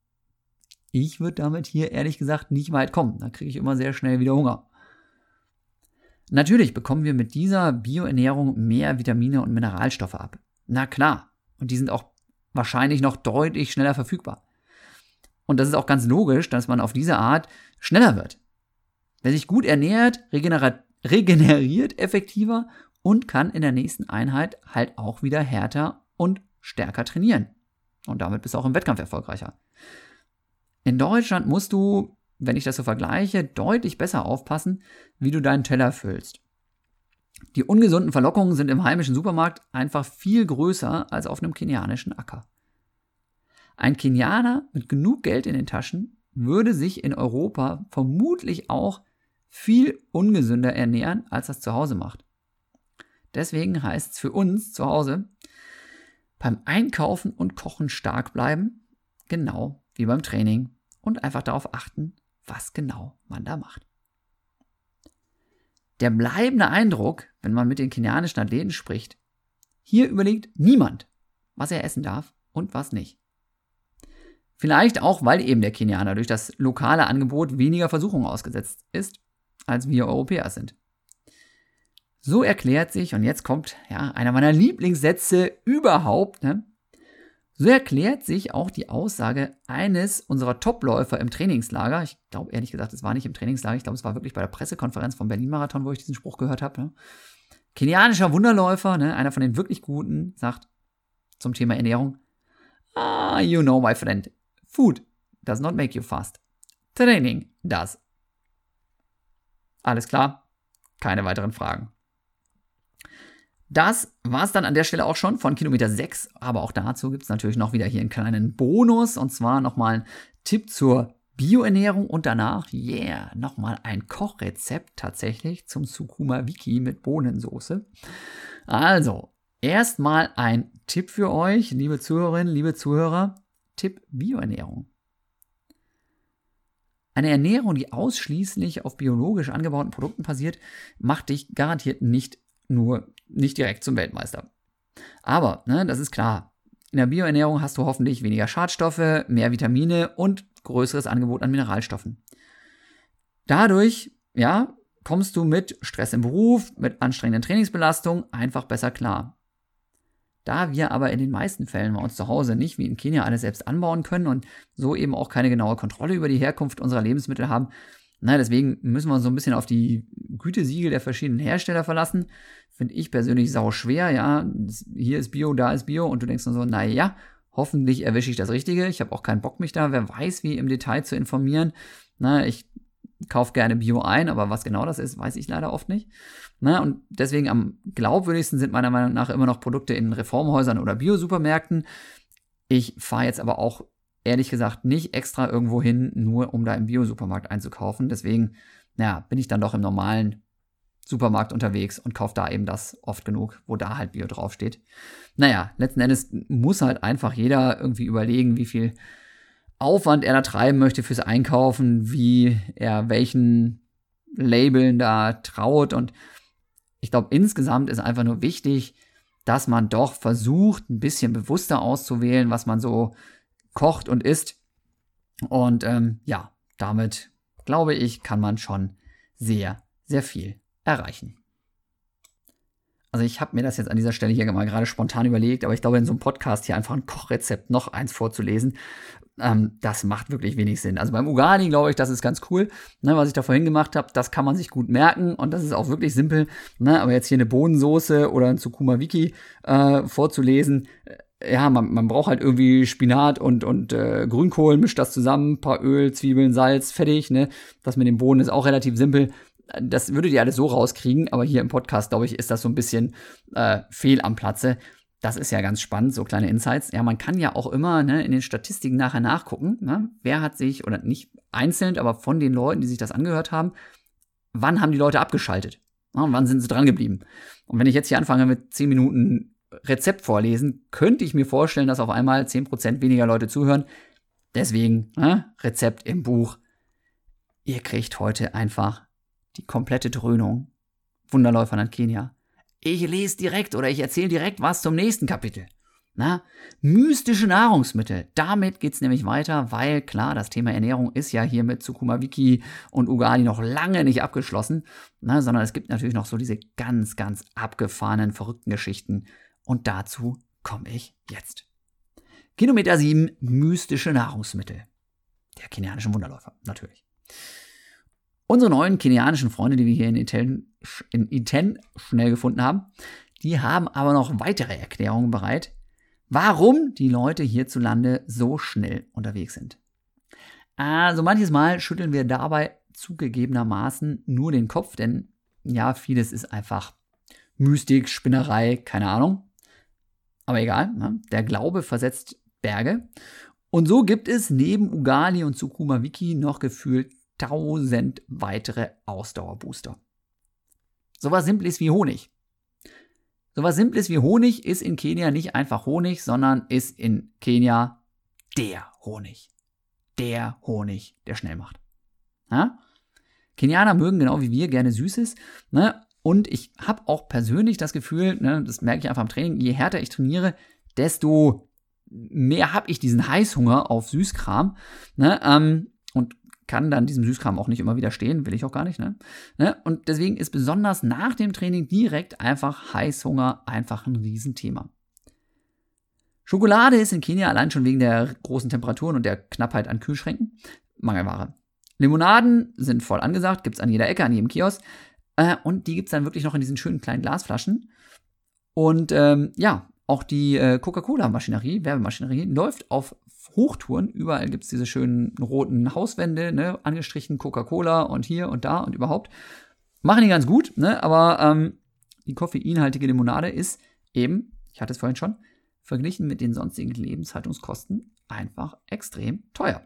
Ich würde damit hier ehrlich gesagt nicht weit kommen. Da kriege ich immer sehr schnell wieder Hunger. Natürlich bekommen wir mit dieser Bioernährung mehr Vitamine und Mineralstoffe ab. Na klar. Und die sind auch wahrscheinlich noch deutlich schneller verfügbar. Und das ist auch ganz logisch, dass man auf diese Art schneller wird. Wer sich gut ernährt, regeneriert, regeneriert effektiver und kann in der nächsten Einheit halt auch wieder härter und stärker trainieren. Und damit bist du auch im Wettkampf erfolgreicher. In Deutschland musst du, wenn ich das so vergleiche, deutlich besser aufpassen, wie du deinen Teller füllst. Die ungesunden Verlockungen sind im heimischen Supermarkt einfach viel größer als auf einem kenianischen Acker. Ein Kenianer mit genug Geld in den Taschen würde sich in Europa vermutlich auch viel ungesünder ernähren, als er es zu Hause macht. Deswegen heißt es für uns zu Hause, beim Einkaufen und Kochen stark bleiben, genau wie beim Training, und einfach darauf achten, was genau man da macht. Der bleibende Eindruck, wenn man mit den kenianischen Athleten spricht, hier überlegt niemand, was er essen darf und was nicht. Vielleicht auch, weil eben der Kenianer durch das lokale Angebot weniger Versuchungen ausgesetzt ist, als wir Europäer sind. So erklärt sich, und jetzt kommt ja einer meiner Lieblingssätze überhaupt, ne? So erklärt sich auch die Aussage eines unserer Topläufer im Trainingslager. Ich glaube ehrlich gesagt, es war nicht im Trainingslager, ich glaube, es war wirklich bei der Pressekonferenz vom Berlin-Marathon, wo ich diesen Spruch gehört habe. Ne? Kenianischer Wunderläufer, ne? Einer von den wirklich Guten, sagt zum Thema Ernährung: Ah, you know, my friend, food does not make you fast. Training does. Alles klar, keine weiteren Fragen. Das war es dann an der Stelle auch schon von Kilometer sechs, aber auch dazu gibt es natürlich noch wieder hier einen kleinen Bonus, und zwar nochmal ein Tipp zur Bioernährung und danach, yeah, nochmal ein Kochrezept tatsächlich zum Sukuma Wiki mit Bohnensoße. Also, erstmal ein Tipp für euch, liebe Zuhörerinnen, liebe Zuhörer, Tipp Bioernährung. Eine Ernährung, die ausschließlich auf biologisch angebauten Produkten basiert, macht dich garantiert nicht nur nicht direkt zum Weltmeister. Aber, ne, das ist klar, in der Bioernährung hast du hoffentlich weniger Schadstoffe, mehr Vitamine und größeres Angebot an Mineralstoffen. Dadurch, ja, kommst du mit Stress im Beruf, mit anstrengenden Trainingsbelastungen einfach besser klar. Da wir aber in den meisten Fällen bei uns zu Hause nicht wie in Kenia alles selbst anbauen können und so eben auch keine genaue Kontrolle über die Herkunft unserer Lebensmittel haben, na, deswegen müssen wir uns so ein bisschen auf die Gütesiegel der verschiedenen Hersteller verlassen. Finde ich persönlich sau schwer, ja. Hier ist Bio, da ist Bio und du denkst nur so, naja, hoffentlich erwische ich das Richtige. Ich habe auch keinen Bock, mich da, wer weiß, wie im Detail zu informieren. Na, ich kaufe gerne Bio ein, aber was genau das ist, weiß ich leider oft nicht. Na, und deswegen am glaubwürdigsten sind meiner Meinung nach immer noch Produkte in Reformhäusern oder Bio-Supermärkten. Ich fahre jetzt aber auch ehrlich gesagt nicht extra irgendwo hin, nur um da im Bio-Supermarkt einzukaufen. Deswegen, naja, bin ich dann doch im normalen Supermarkt unterwegs und kaufe da eben das oft genug, wo da halt Bio draufsteht. Naja, letzten Endes muss halt einfach jeder irgendwie überlegen, wie viel Aufwand er da treiben möchte fürs Einkaufen, wie er welchen Labeln da traut. Und ich glaube, insgesamt ist einfach nur wichtig, dass man doch versucht, ein bisschen bewusster auszuwählen, was man so kocht und isst. Und ähm, ja, damit, glaube ich, kann man schon sehr, sehr viel erreichen. Also ich habe mir das jetzt an dieser Stelle hier mal gerade spontan überlegt, aber ich glaube, in so einem Podcast hier einfach ein Kochrezept noch eins vorzulesen, ähm, das macht wirklich wenig Sinn. Also beim Ugali glaube ich, das ist ganz cool, ne, was ich da vorhin gemacht habe, das kann man sich gut merken und das ist auch wirklich simpel, ne, aber jetzt hier eine Bohnensoße oder ein Sukuma Wiki äh, vorzulesen, äh, ja, man, man braucht halt irgendwie Spinat und, und äh, Grünkohl, mischt das zusammen, paar Öl, Zwiebeln, Salz, fertig, ne, das mit dem Bohnen ist auch relativ simpel. Das würdet ihr alles so rauskriegen, aber hier im Podcast, glaube ich, ist das so ein bisschen äh, fehl am Platze. Das ist ja ganz spannend, so kleine Insights. Ja, man kann ja auch immer, ne, in den Statistiken nachher nachgucken, ne, wer hat sich, oder nicht einzeln, aber von den Leuten, die sich das angehört haben, wann haben die Leute abgeschaltet? Ja, und wann sind sie dran geblieben? Und wenn ich jetzt hier anfange mit zehn Minuten Rezept vorlesen, könnte ich mir vorstellen, dass auf einmal zehn Prozent weniger Leute zuhören. Deswegen, ne, Rezept im Buch. Ihr kriegt heute einfach die komplette Dröhnung. Wunderläufer nach Kenia. Ich lese direkt oder ich erzähle direkt was zum nächsten Kapitel. Na, mystische Nahrungsmittel. Damit geht's nämlich weiter, weil klar, das Thema Ernährung ist ja hier mit Sukuma Wiki und Ugali noch lange nicht abgeschlossen, na, sondern es gibt natürlich noch so diese ganz, ganz abgefahrenen, verrückten Geschichten. Und dazu komme ich jetzt. Kilometer sieben, mystische Nahrungsmittel. Der kenianischen Wunderläufer, natürlich. Unsere neuen kenianischen Freunde, die wir hier in Iten, in Iten schnell gefunden haben, die haben aber noch weitere Erklärungen bereit, warum die Leute hierzulande so schnell unterwegs sind. Also manches Mal schütteln wir dabei zugegebenermaßen nur den Kopf, denn ja, vieles ist einfach Mystik, Spinnerei, keine Ahnung. Aber egal, ne? Der Glaube versetzt Berge. Und so gibt es neben Ugali und Sukuma Wiki noch gefühlt tausend weitere Ausdauerbooster. Sowas Simples wie Honig. Sowas Simples wie Honig ist in Kenia nicht einfach Honig, sondern ist in Kenia der Honig. Der Honig, der schnell macht. Ja? Kenianer mögen genau wie wir gerne Süßes. Ne? Und ich habe auch persönlich das Gefühl, ne, das merke ich einfach im Training, je härter ich trainiere, desto mehr habe ich diesen Heißhunger auf Süßkram. Ne? Ähm, und kann dann diesem Süßkram auch nicht immer widerstehen, will ich auch gar nicht. Ne? Ne? Und deswegen ist besonders nach dem Training direkt einfach Heißhunger einfach ein Riesenthema. Schokolade ist in Kenia allein schon wegen der großen Temperaturen und der Knappheit an Kühlschränken Mangelware. Limonaden sind voll angesagt, gibt es an jeder Ecke, an jedem Kiosk. Äh, und die gibt es dann wirklich noch in diesen schönen kleinen Glasflaschen. Und ähm, ja, auch die äh, Coca-Cola-Maschinerie, Werbemaschinerie, läuft auf Hochtouren. Überall gibt es diese schönen roten Hauswände, ne, angestrichen Coca-Cola und hier und da und überhaupt. Machen die ganz gut, ne, aber ähm, die koffeinhaltige Limonade ist eben, ich hatte es vorhin schon, verglichen mit den sonstigen Lebenshaltungskosten einfach extrem teuer.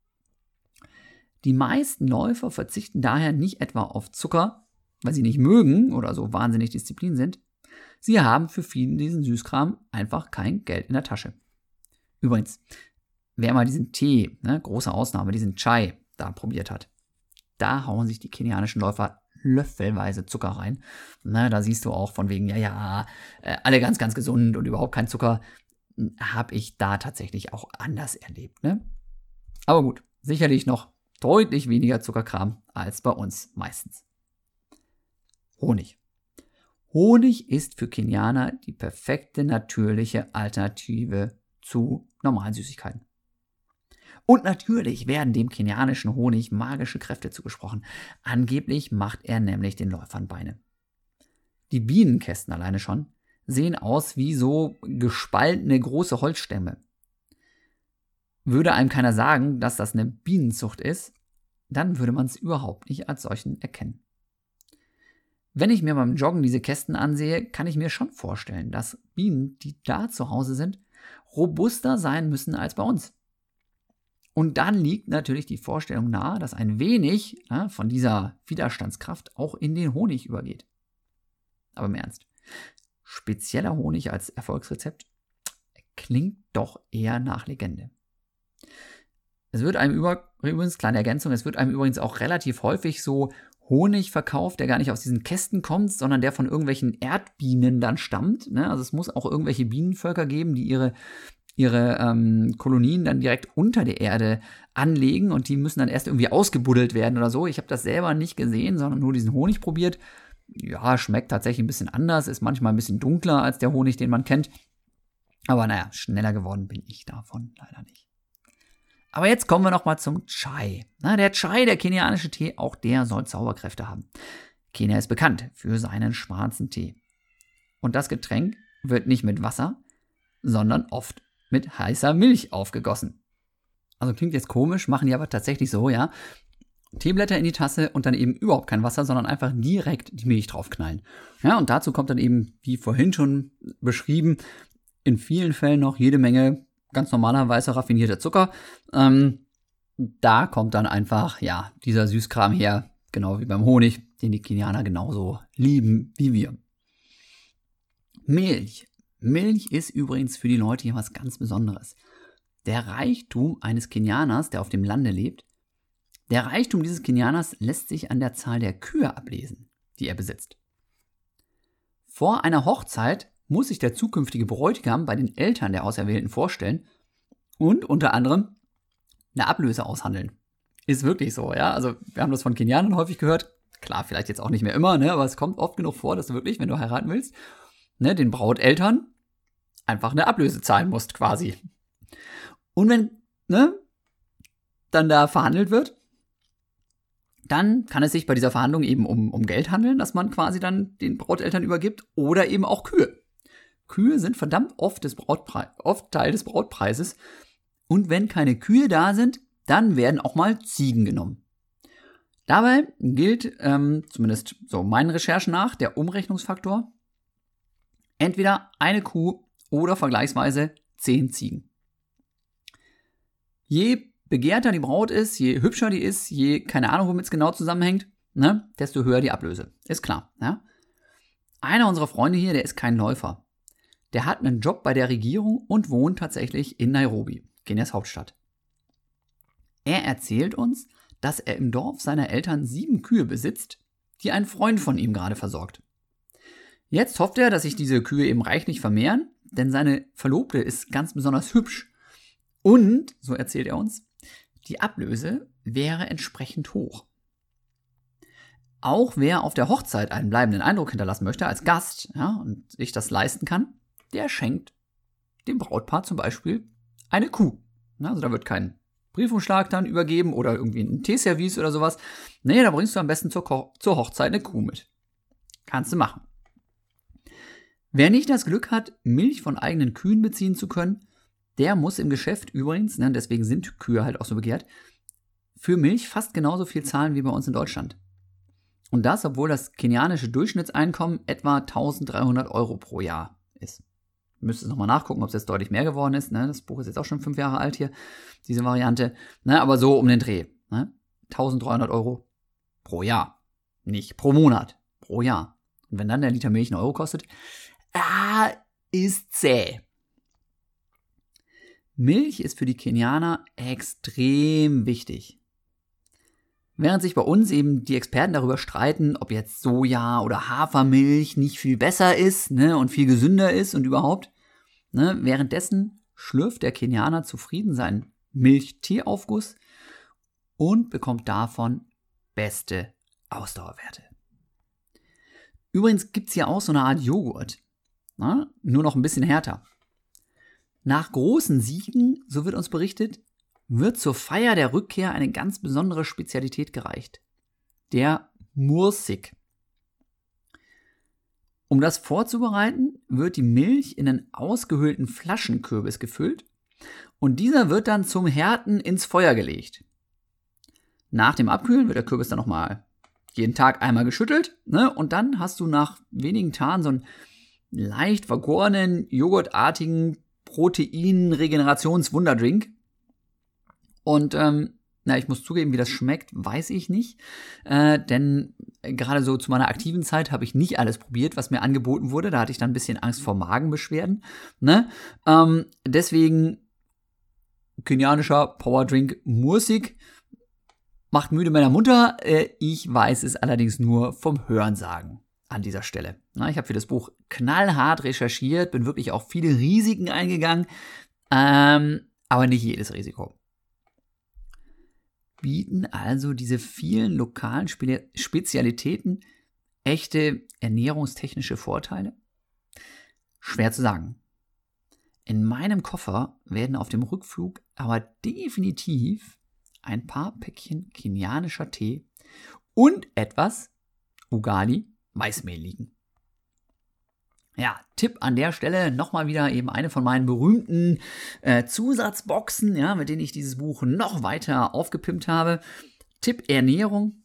Die meisten Läufer verzichten daher nicht etwa auf Zucker, weil sie nicht mögen oder so wahnsinnig disziplin sind. Sie haben für viele diesen Süßkram einfach kein Geld in der Tasche. Übrigens, wer mal diesen Tee, ne, große Ausnahme, diesen Chai da probiert hat, da hauen sich die kenianischen Läufer löffelweise Zucker rein. Na, da siehst du auch von wegen, ja, ja, äh, alle ganz, ganz gesund und überhaupt kein Zucker. Habe ich da tatsächlich auch anders erlebt. Ne? Aber gut, sicherlich noch deutlich weniger Zuckerkram als bei uns meistens. Honig. Honig ist für Kenianer die perfekte natürliche Alternative zu normalen Süßigkeiten. Und natürlich werden dem kenianischen Honig magische Kräfte zugesprochen. Angeblich macht er nämlich den Läufern Beine. Die Bienenkästen alleine schon sehen aus wie so gespaltene große Holzstämme. Würde einem keiner sagen, dass das eine Bienenzucht ist, dann würde man es überhaupt nicht als solchen erkennen. Wenn ich mir beim Joggen diese Kästen ansehe, kann ich mir schon vorstellen, dass Bienen, die da zu Hause sind, robuster sein müssen als bei uns. Und dann liegt natürlich die Vorstellung nahe, dass ein wenig ja, von dieser Widerstandskraft auch in den Honig übergeht. Aber im Ernst, spezieller Honig als Erfolgsrezept klingt doch eher nach Legende. Es wird einem über, übrigens, kleine Ergänzung, es wird einem übrigens auch relativ häufig so Honig verkauft, der gar nicht aus diesen Kästen kommt, sondern der von irgendwelchen Erdbienen dann stammt. Ne? Also es muss auch irgendwelche Bienenvölker geben, die ihre ihre ähm, Kolonien dann direkt unter der Erde anlegen und die müssen dann erst irgendwie ausgebuddelt werden oder so. Ich habe das selber nicht gesehen, sondern nur diesen Honig probiert. Ja, schmeckt tatsächlich ein bisschen anders, ist manchmal ein bisschen dunkler als der Honig, den man kennt. Aber naja, schneller geworden bin ich davon leider nicht. Aber jetzt kommen wir nochmal zum Chai. Na, der Chai, der kenianische Tee, auch der soll Zauberkräfte haben. Kenia ist bekannt für seinen schwarzen Tee. Und das Getränk wird nicht mit Wasser, sondern oft mit heißer Milch aufgegossen. Also klingt jetzt komisch, machen die aber tatsächlich so, ja. Teeblätter in die Tasse und dann eben überhaupt kein Wasser, sondern einfach direkt die Milch draufknallen. Ja, und dazu kommt dann eben, wie vorhin schon beschrieben, in vielen Fällen noch jede Menge ganz normaler weißer raffinierter Zucker. Ähm, da kommt dann einfach, ja, dieser Süßkram her, genau wie beim Honig, den die Kenianer genauso lieben wie wir. Milch. Milch ist übrigens für die Leute hier was ganz Besonderes. Der Reichtum eines Kenianers, der auf dem Lande lebt, der Reichtum dieses Kenianers lässt sich an der Zahl der Kühe ablesen, die er besitzt. Vor einer Hochzeit muss sich der zukünftige Bräutigam bei den Eltern der Auserwählten vorstellen und unter anderem eine Ablöse aushandeln. Ist wirklich so, ja. Also wir haben das von Kenianern häufig gehört. Klar, vielleicht jetzt auch nicht mehr immer, ne, aber es kommt oft genug vor, dass du wirklich, wenn du heiraten willst, ne, den Brauteltern einfach eine Ablöse zahlen musst, quasi. Und wenn, ne, dann da verhandelt wird, dann kann es sich bei dieser Verhandlung eben um, um Geld handeln, das man quasi dann den Brauteltern übergibt, oder eben auch Kühe. Kühe sind verdammt oft, des Brautpre- oft Teil des Brautpreises. Und wenn keine Kühe da sind, dann werden auch mal Ziegen genommen. Dabei gilt, ähm, zumindest so meinen Recherchen nach, der Umrechnungsfaktor, entweder eine Kuh oder vergleichsweise zehn Ziegen. Je begehrter die Braut ist, je hübscher die ist, je keine Ahnung, womit es genau zusammenhängt, ne, desto höher die Ablöse. Ist klar. Ja? Einer unserer Freunde hier, der ist kein Läufer. Der hat einen Job bei der Regierung und wohnt tatsächlich in Nairobi, Kenias Hauptstadt. Er erzählt uns, dass er im Dorf seiner Eltern sieben Kühe besitzt, die ein Freund von ihm gerade versorgt. Jetzt hofft er, dass sich diese Kühe eben reichlich vermehren, denn seine Verlobte ist ganz besonders hübsch. Und, so erzählt er uns, die Ablöse wäre entsprechend hoch. Auch wer auf der Hochzeit einen bleibenden Eindruck hinterlassen möchte als Gast, ja, und sich das leisten kann, der schenkt dem Brautpaar zum Beispiel eine Kuh. Also da wird kein Briefumschlag dann übergeben oder irgendwie ein Teeservice oder sowas. Nee, da bringst du am besten zur, Ko- zur Hochzeit eine Kuh mit. Kannst du machen. Wer nicht das Glück hat, Milch von eigenen Kühen beziehen zu können, der muss im Geschäft übrigens, ne, deswegen sind Kühe halt auch so begehrt, für Milch fast genauso viel zahlen wie bei uns in Deutschland. Und das, obwohl das kenianische Durchschnittseinkommen etwa eintausenddreihundert Euro pro Jahr ist. Ihr müsst es nochmal nachgucken, ob es jetzt deutlich mehr geworden ist. Ne? Das Buch ist jetzt auch schon fünf Jahre alt hier, diese Variante. Ne? Aber so um den Dreh. Ne? eintausenddreihundert Euro pro Jahr. Nicht pro Monat, pro Jahr. Und wenn dann der Liter Milch einen Euro kostet, ah, ist zäh. Milch ist für die Kenianer extrem wichtig. Während sich bei uns eben die Experten darüber streiten, ob jetzt Soja oder Hafermilch nicht viel besser ist, ne, und viel gesünder ist und überhaupt, ne, währenddessen schlürft der Kenianer zufrieden seinen Milch-Tee-Aufguss und bekommt davon beste Ausdauerwerte. Übrigens gibt es hier auch so eine Art Joghurt, ne, nur noch ein bisschen härter. Nach großen Siegen, so wird uns berichtet, wird zur Feier der Rückkehr eine ganz besondere Spezialität gereicht. Der Mursik. Um das vorzubereiten, wird die Milch in einen ausgehöhlten Flaschenkürbis gefüllt und dieser wird dann zum Härten ins Feuer gelegt. Nach dem Abkühlen wird der Kürbis dann nochmal jeden Tag einmal geschüttelt, ne? Und dann hast du nach wenigen Tagen so einen leicht vergorenen, joghurtartigen Protein-Regenerations-Wunderdrink. Und ähm, na, ich muss zugeben, wie das schmeckt, weiß ich nicht. Äh, denn gerade so zu meiner aktiven Zeit habe ich nicht alles probiert, was mir angeboten wurde. Da hatte ich dann ein bisschen Angst vor Magenbeschwerden. Ne? Ähm, deswegen kenianischer Powerdrink Mursik macht müde meiner Mutter. Äh, ich weiß es allerdings nur vom Hörensagen an dieser Stelle. Na, ich habe für das Buch knallhart recherchiert, bin wirklich auf viele Risiken eingegangen, ähm, aber nicht jedes Risiko. Bieten also diese vielen lokalen Spe- Spezialitäten echte ernährungstechnische Vorteile? Schwer zu sagen. In meinem Koffer werden auf dem Rückflug aber definitiv ein paar Päckchen kenianischer Tee und etwas Ugali Maismehl liegen. Ja, Tipp an der Stelle, nochmal wieder eben eine von meinen berühmten äh, Zusatzboxen, ja, mit denen ich dieses Buch noch weiter aufgepimpt habe. Tipp Ernährung.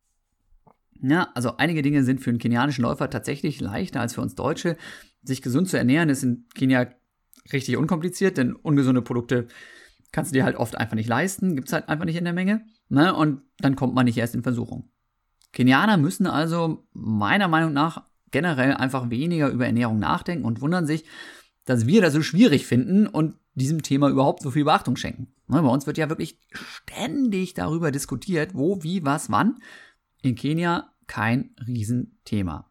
Ja, also einige Dinge sind für einen kenianischen Läufer tatsächlich leichter als für uns Deutsche. Sich gesund zu ernähren ist in Kenia richtig unkompliziert, denn ungesunde Produkte kannst du dir halt oft einfach nicht leisten, gibt es halt einfach nicht in der Menge, ne? Und dann kommt man nicht erst in Versuchung. Kenianer müssen also meiner Meinung nach generell einfach weniger über Ernährung nachdenken und wundern sich, dass wir das so schwierig finden und diesem Thema überhaupt so viel Beachtung schenken. Bei uns wird ja wirklich ständig darüber diskutiert, wo, wie, was, wann. In Kenia kein Riesenthema.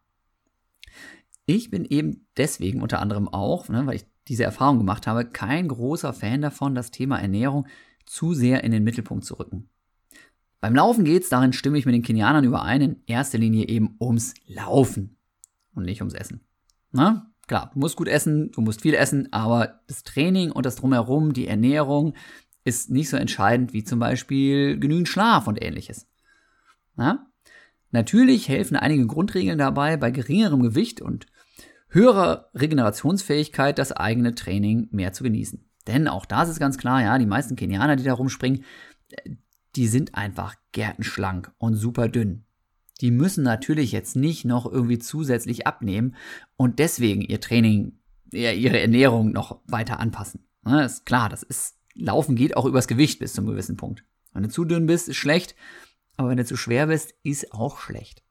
Ich bin eben deswegen unter anderem auch, ne, weil ich diese Erfahrung gemacht habe, kein großer Fan davon, das Thema Ernährung zu sehr in den Mittelpunkt zu rücken. Beim Laufen geht's, darin stimme ich mit den Kenianern überein, in erster Linie eben ums Laufen und nicht ums Essen. Na, klar, du musst gut essen, du musst viel essen, aber das Training und das Drumherum, die Ernährung, ist nicht so entscheidend wie zum Beispiel genügend Schlaf und ähnliches. Na? Natürlich helfen einige Grundregeln dabei, bei geringerem Gewicht und höherer Regenerationsfähigkeit das eigene Training mehr zu genießen. Denn auch das ist ganz klar, ja, die meisten Kenianer, die da rumspringen, die sind einfach gärtenschlank und super dünn. Die müssen natürlich jetzt nicht noch irgendwie zusätzlich abnehmen und deswegen ihr Training, ihre Ernährung noch weiter anpassen. Ne, ist klar, das ist, Laufen geht auch übers Gewicht bis zu einem gewissen Punkt. Wenn du zu dünn bist, ist schlecht, aber wenn du zu schwer bist, ist auch schlecht.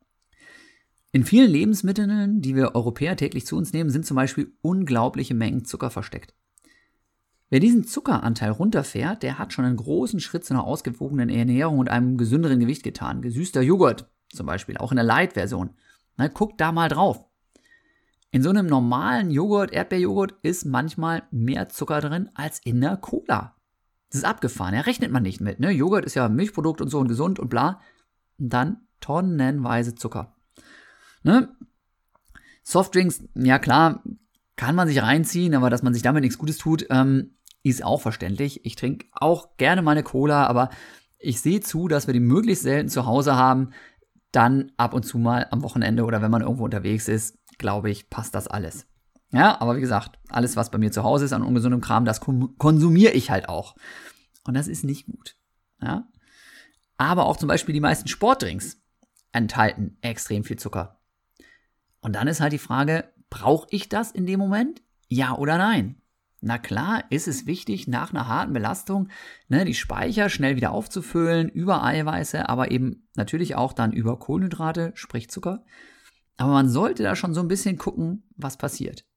In vielen Lebensmitteln, die wir Europäer täglich zu uns nehmen, sind zum Beispiel unglaubliche Mengen Zucker versteckt. Wer diesen Zuckeranteil runterfährt, der hat schon einen großen Schritt zu einer ausgewogenen Ernährung und einem gesünderen Gewicht getan. Gesüßter Joghurt zum Beispiel, auch in der Light-Version. Na, guckt da mal drauf. In so einem normalen Joghurt, Erdbeerjoghurt, ist manchmal mehr Zucker drin als in der Cola. Das ist abgefahren, ja, rechnet man nicht mit, ne? Joghurt ist ja ein Milchprodukt und so und gesund und bla. Und dann tonnenweise Zucker. Ne? Softdrinks, ja klar, kann man sich reinziehen, aber dass man sich damit nichts Gutes tut, ähm, ist auch verständlich. Ich trinke auch gerne mal eine Cola, aber ich sehe zu, dass wir die möglichst selten zu Hause haben. Dann ab und zu mal am Wochenende oder wenn man irgendwo unterwegs ist, glaube ich, passt das alles. Ja, aber wie gesagt, alles, was bei mir zu Hause ist an ungesundem Kram, das konsumiere ich halt auch. Und das ist nicht gut. Ja? Aber auch zum Beispiel die meisten Sportdrinks enthalten extrem viel Zucker. Und dann ist halt die Frage, brauche ich das in dem Moment? Ja oder nein? Na klar, ist es wichtig, nach einer harten Belastung ne, die Speicher schnell wieder aufzufüllen, über Eiweiße, aber eben natürlich auch dann über Kohlenhydrate, sprich Zucker. Aber man sollte da schon so ein bisschen gucken, was passiert.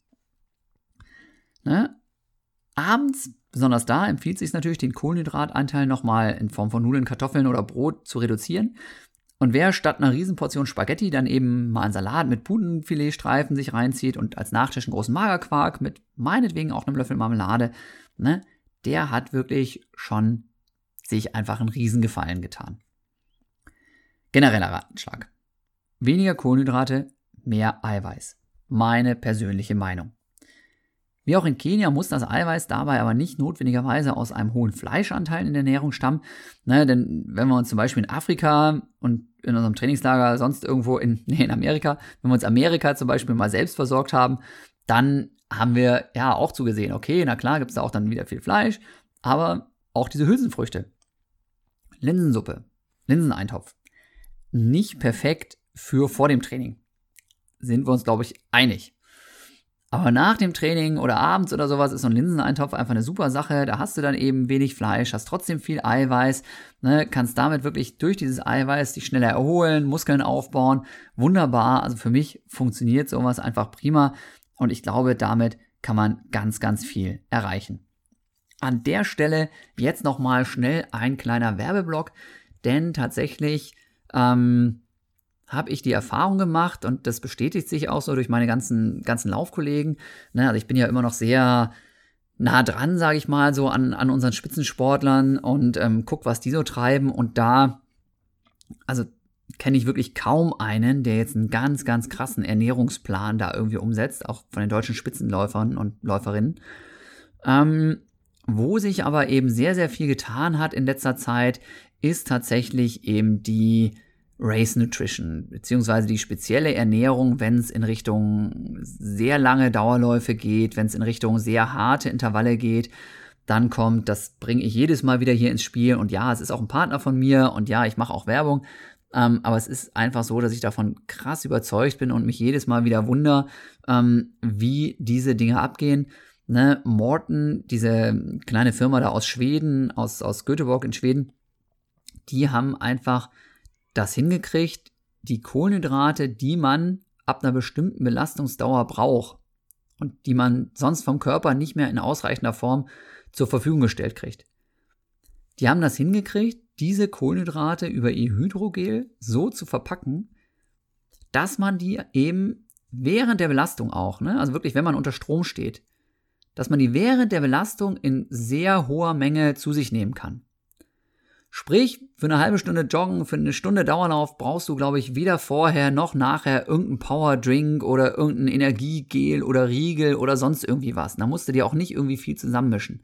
Ne? Abends, besonders da, empfiehlt es sich natürlich, den Kohlenhydratanteil nochmal in Form von Nudeln, Kartoffeln oder Brot zu reduzieren. Und wer statt einer Riesenportion Spaghetti dann eben mal einen Salat mit Putenfiletstreifen sich reinzieht und als Nachtisch einen großen Magerquark mit meinetwegen auch einem Löffel Marmelade, ne, der hat wirklich schon sich einfach einen Riesengefallen getan. Genereller Ratschlag. Weniger Kohlenhydrate, mehr Eiweiß. Meine persönliche Meinung. Wie auch in Kenia muss das Eiweiß dabei aber nicht notwendigerweise aus einem hohen Fleischanteil in der Ernährung stammen. Ne, denn wenn wir uns zum Beispiel in Afrika und in unserem Trainingslager sonst irgendwo in, nee, in Amerika, wenn wir uns Amerika zum Beispiel mal selbst versorgt haben, dann haben wir ja auch zugesehen, okay, na klar gibt es da auch dann wieder viel Fleisch, aber auch diese Hülsenfrüchte. Linsensuppe, Linseneintopf. Nicht perfekt für vor dem Training. Sind wir uns, glaube ich, einig. Aber nach dem Training oder abends oder sowas ist so ein Linseneintopf einfach eine super Sache. Da hast du dann eben wenig Fleisch, hast trotzdem viel Eiweiß, ne, kannst damit wirklich durch dieses Eiweiß dich schneller erholen, Muskeln aufbauen. Wunderbar, also für mich funktioniert sowas einfach prima und ich glaube, damit kann man ganz, ganz viel erreichen. An der Stelle jetzt nochmal schnell ein kleiner Werbeblock, denn tatsächlich ähm, habe ich die Erfahrung gemacht und das bestätigt sich auch so durch meine ganzen, ganzen Laufkollegen. Ne, also ich bin ja immer noch sehr nah dran, sage ich mal, so an, an unseren Spitzensportlern und ähm, guck, was die so treiben. Und da, also kenne ich wirklich kaum einen, der jetzt einen ganz, ganz krassen Ernährungsplan da irgendwie umsetzt, auch von den deutschen Spitzenläufern und Läuferinnen. Ähm, wo sich aber eben sehr, sehr viel getan hat in letzter Zeit, ist tatsächlich eben die Race Nutrition, beziehungsweise die spezielle Ernährung, wenn es in Richtung sehr lange Dauerläufe geht, wenn es in Richtung sehr harte Intervalle geht, dann kommt, das bringe ich jedes Mal wieder hier ins Spiel und ja, es ist auch ein Partner von mir und ja, ich mache auch Werbung, ähm, aber es ist einfach so, dass ich davon krass überzeugt bin und mich jedes Mal wieder wundere, ähm, wie diese Dinge abgehen. Ne, Morton, diese kleine Firma da aus Schweden, aus, aus Göteborg in Schweden, die haben einfach das hingekriegt, die Kohlenhydrate, die man ab einer bestimmten Belastungsdauer braucht und die man sonst vom Körper nicht mehr in ausreichender Form zur Verfügung gestellt kriegt. Die haben das hingekriegt, diese Kohlenhydrate über ihr Hydrogel so zu verpacken, dass man die eben während der Belastung auch, ne, also wirklich, wenn man unter Strom steht, dass man die während der Belastung in sehr hoher Menge zu sich nehmen kann. Sprich, für eine halbe Stunde Joggen, für eine Stunde Dauerlauf brauchst du, glaube ich, weder vorher noch nachher irgendeinen Powerdrink oder irgendein Energiegel oder Riegel oder sonst irgendwie was. Da musst du dir auch nicht irgendwie viel zusammenmischen.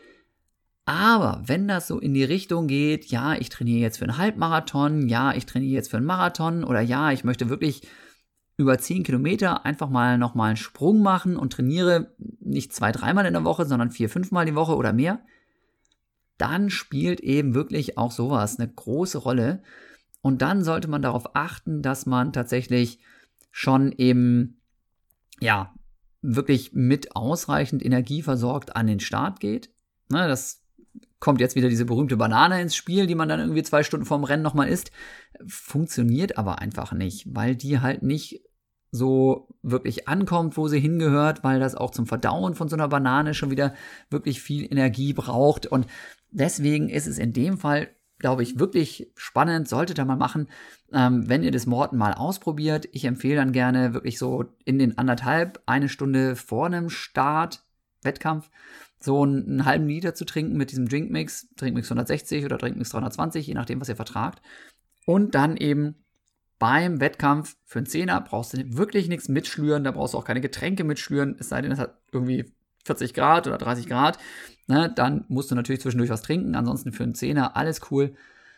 Aber wenn das so in die Richtung geht, ja, ich trainiere jetzt für einen Halbmarathon, ja, ich trainiere jetzt für einen Marathon oder ja, ich möchte wirklich über zehn Kilometer einfach mal nochmal einen Sprung machen und trainiere nicht zwei, dreimal in der Woche, sondern vier, fünfmal die Woche oder mehr, dann spielt eben wirklich auch sowas eine große Rolle. Und dann sollte man darauf achten, dass man tatsächlich schon eben, ja, wirklich mit ausreichend Energie versorgt an den Start geht. Ne, das kommt jetzt wieder diese berühmte Banane ins Spiel, die man dann irgendwie zwei Stunden vorm Rennen nochmal isst. Funktioniert aber einfach nicht, weil die halt nicht so wirklich ankommt, wo sie hingehört, weil das auch zum Verdauen von so einer Banane schon wieder wirklich viel Energie braucht. Und deswegen ist es in dem Fall, glaube ich, wirklich spannend, solltet ihr mal machen, ähm, wenn ihr das Morton mal ausprobiert. Ich empfehle dann gerne wirklich so in den anderthalb, eine Stunde vor einem Start, Wettkampf, so einen, einen halben Liter zu trinken mit diesem Drinkmix, Drinkmix hundertsechzig oder Drinkmix dreihundertzwanzig, je nachdem, was ihr vertragt. Und dann eben beim Wettkampf für einen Zehner brauchst du wirklich nichts mitschlüren, da brauchst du auch keine Getränke mitschlüren, es sei denn, es hat irgendwie vierzig Grad oder dreißig Grad, ne, dann musst du natürlich zwischendurch was trinken, ansonsten für einen Zehner alles cool.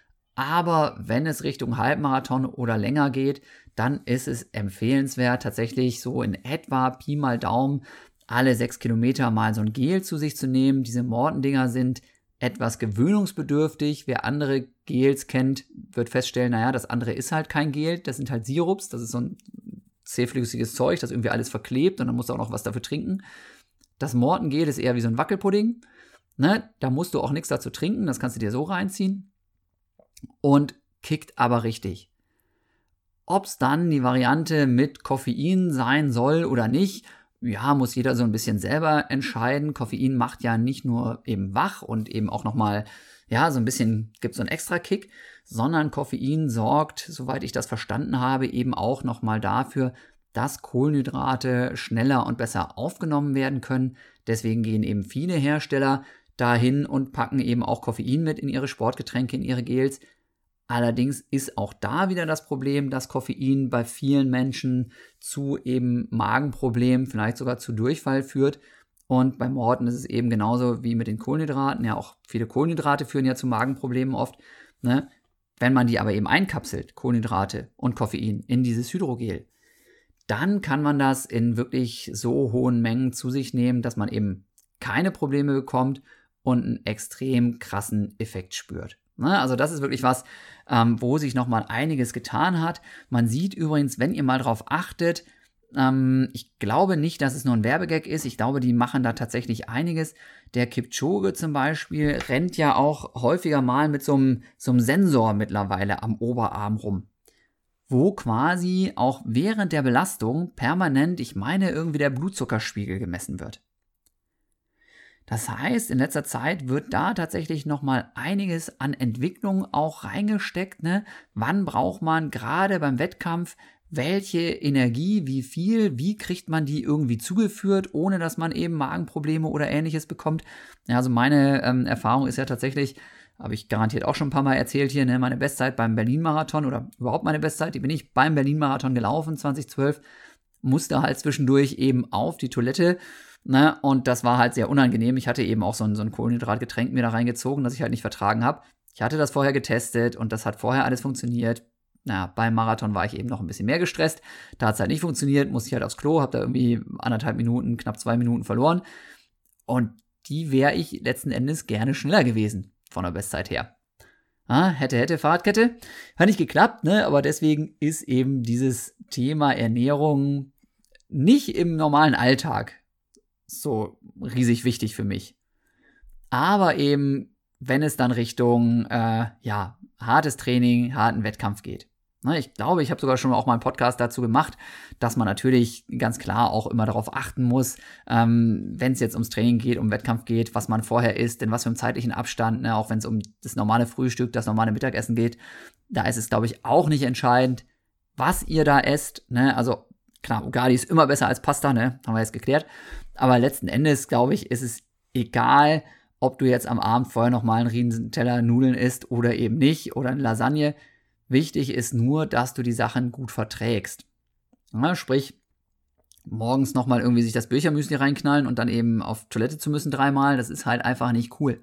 Aber wenn es Richtung Halbmarathon oder länger geht, dann ist es empfehlenswert, tatsächlich so in etwa Pi mal Daumen alle sechs Kilometer mal so ein Gel zu sich zu nehmen. Diese Mortendinger sind etwas gewöhnungsbedürftig. Wer andere Gels kennt, wird feststellen, naja, das andere ist halt kein Gel, das sind halt Sirups, das ist so ein zähflüssiges Zeug, das irgendwie alles verklebt und dann musst du auch noch was dafür trinken. Das Mortengel ist eher wie so ein Wackelpudding, ne? Da musst du auch nichts dazu trinken, das kannst du dir so reinziehen und kickt aber richtig. Ob es dann die Variante mit Koffein sein soll oder nicht, ja, muss jeder so ein bisschen selber entscheiden. Koffein macht ja nicht nur eben wach und eben auch nochmal, ja, so ein bisschen gibt so einen extra Kick, sondern Koffein sorgt, soweit ich das verstanden habe, eben auch nochmal dafür, dass Kohlenhydrate schneller und besser aufgenommen werden können. Deswegen gehen eben viele Hersteller dahin und packen eben auch Koffein mit in ihre Sportgetränke, in ihre Gels. Allerdings ist auch da wieder das Problem, dass Koffein bei vielen Menschen zu eben Magenproblemen, vielleicht sogar zu Durchfall führt. Und beim Morten ist es eben genauso wie mit den Kohlenhydraten. Ja, auch viele Kohlenhydrate führen ja zu Magenproblemen oft. Ne? Wenn man die aber eben einkapselt, Kohlenhydrate und Koffein, in dieses Hydrogel, dann kann man das in wirklich so hohen Mengen zu sich nehmen, dass man eben keine Probleme bekommt und einen extrem krassen Effekt spürt. Also das ist wirklich was, ähm, wo sich nochmal einiges getan hat. Man sieht übrigens, wenn ihr mal drauf achtet, ähm, ich glaube nicht, dass es nur ein Werbegag ist. Ich glaube, die machen da tatsächlich einiges. Der Kipchoge zum Beispiel rennt ja auch häufiger mal mit so einem, so einem Sensor mittlerweile am Oberarm rum, wo quasi auch während der Belastung permanent, ich meine, irgendwie der Blutzuckerspiegel gemessen wird. Das heißt, in letzter Zeit wird da tatsächlich nochmal einiges an Entwicklung auch reingesteckt. Ne? Wann braucht man gerade beim Wettkampf welche Energie, wie viel, wie kriegt man die irgendwie zugeführt, ohne dass man eben Magenprobleme oder Ähnliches bekommt. Ja, also meine ähm, Erfahrung ist ja tatsächlich, habe ich garantiert auch schon ein paar Mal erzählt hier, ne? Meine Bestzeit beim Berlin-Marathon oder überhaupt meine Bestzeit, die bin ich beim Berlin-Marathon gelaufen, zwanzig zwölf, musste halt zwischendurch eben auf die Toilette. Ne, und das war halt sehr unangenehm. Ich hatte eben auch so ein, so ein Kohlenhydratgetränk mir da reingezogen, das ich halt nicht vertragen habe. Ich hatte das vorher getestet und das hat vorher alles funktioniert. Naja, beim Marathon war ich eben noch ein bisschen mehr gestresst. Da hat es halt nicht funktioniert, musste ich halt aufs Klo, habe da irgendwie anderthalb Minuten, knapp zwei Minuten verloren. Und die wäre ich letzten Endes gerne schneller gewesen, von der Bestzeit her. Ah, hätte, hätte, Fahrradkette. Hat nicht geklappt, ne? Aber deswegen ist eben dieses Thema Ernährung nicht im normalen Alltag so riesig wichtig für mich. Aber eben, wenn es dann Richtung äh, ja, hartes Training, harten Wettkampf geht. Ne, ich glaube, ich habe sogar schon auch mal einen Podcast dazu gemacht, dass man natürlich ganz klar auch immer darauf achten muss, ähm, wenn es jetzt ums Training geht, um Wettkampf geht, was man vorher isst, in was für einem zeitlichen Abstand, ne, auch wenn es um das normale Frühstück, das normale Mittagessen geht, da ist es, glaube ich, auch nicht entscheidend, was ihr da esst. Ne? Also klar, Ugali ist immer besser als Pasta, ne? Haben wir jetzt geklärt. Aber letzten Endes, glaube ich, ist es egal, ob du jetzt am Abend vorher nochmal einen riesen Teller Nudeln isst oder eben nicht oder eine Lasagne. Wichtig ist nur, dass du die Sachen gut verträgst. Ja, sprich, morgens nochmal irgendwie sich das Birchermüsli reinknallen und dann eben auf Toilette zu müssen dreimal, das ist halt einfach nicht cool.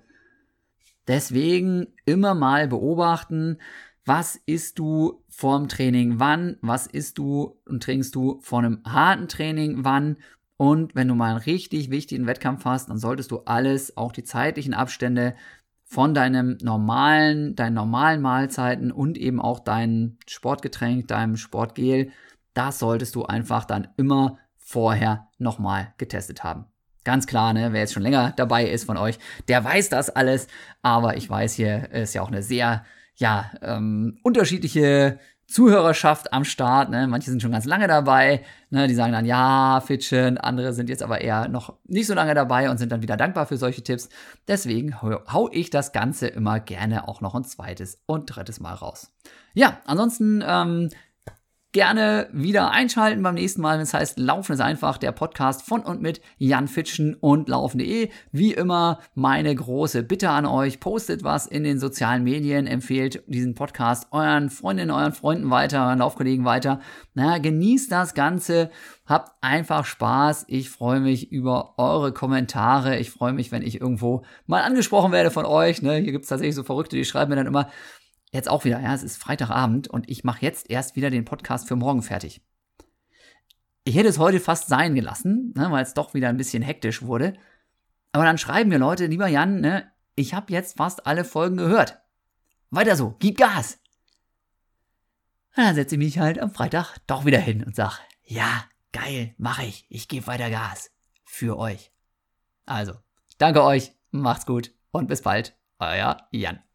Deswegen immer mal beobachten, was isst du vorm Training wann, was isst du und trinkst du vor einem harten Training wann. Und wenn du mal einen richtig wichtigen Wettkampf hast, dann solltest du alles, auch die zeitlichen Abstände von deinem normalen, deinen normalen Mahlzeiten und eben auch dein Sportgetränk, deinem Sportgel, das solltest du einfach dann immer vorher nochmal getestet haben. Ganz klar, ne, wer jetzt schon länger dabei ist von euch, der weiß das alles. Aber ich weiß, hier ist ja auch eine sehr, ja, ähm, unterschiedliche Zuhörerschaft am Start, ne? Manche sind schon ganz lange dabei, ne? Die sagen dann, ja, Fitchen, andere sind jetzt aber eher noch nicht so lange dabei und sind dann wieder dankbar für solche Tipps. Deswegen hau, hau ich das Ganze immer gerne auch noch ein zweites und drittes Mal raus. Ja, ansonsten ähm, Gerne wieder einschalten beim nächsten Mal, wenn es heißt Laufen ist einfach, der Podcast von und mit Jan Fitschen und laufen punkt de. Wie immer meine große Bitte an euch, postet was in den sozialen Medien, empfehlt diesen Podcast euren Freundinnen, euren Freunden weiter, euren Laufkollegen weiter. Na, genießt das Ganze, habt einfach Spaß. Ich freue mich über eure Kommentare. Ich freue mich, wenn ich irgendwo mal angesprochen werde von euch. Ne? Hier gibt es tatsächlich so Verrückte, die schreiben mir dann immer, jetzt auch wieder, ja, es ist Freitagabend und ich mache jetzt erst wieder den Podcast für morgen fertig. Ich hätte es heute fast sein gelassen, ne, weil es doch wieder ein bisschen hektisch wurde. Aber dann schreiben mir Leute, lieber Jan, ne, ich habe jetzt fast alle Folgen gehört. Weiter so, gib Gas. Und dann setze ich mich halt am Freitag doch wieder hin und sage, ja, geil, mache ich, ich gebe weiter Gas. Für euch. Also, danke euch, macht's gut und bis bald. Euer Jan.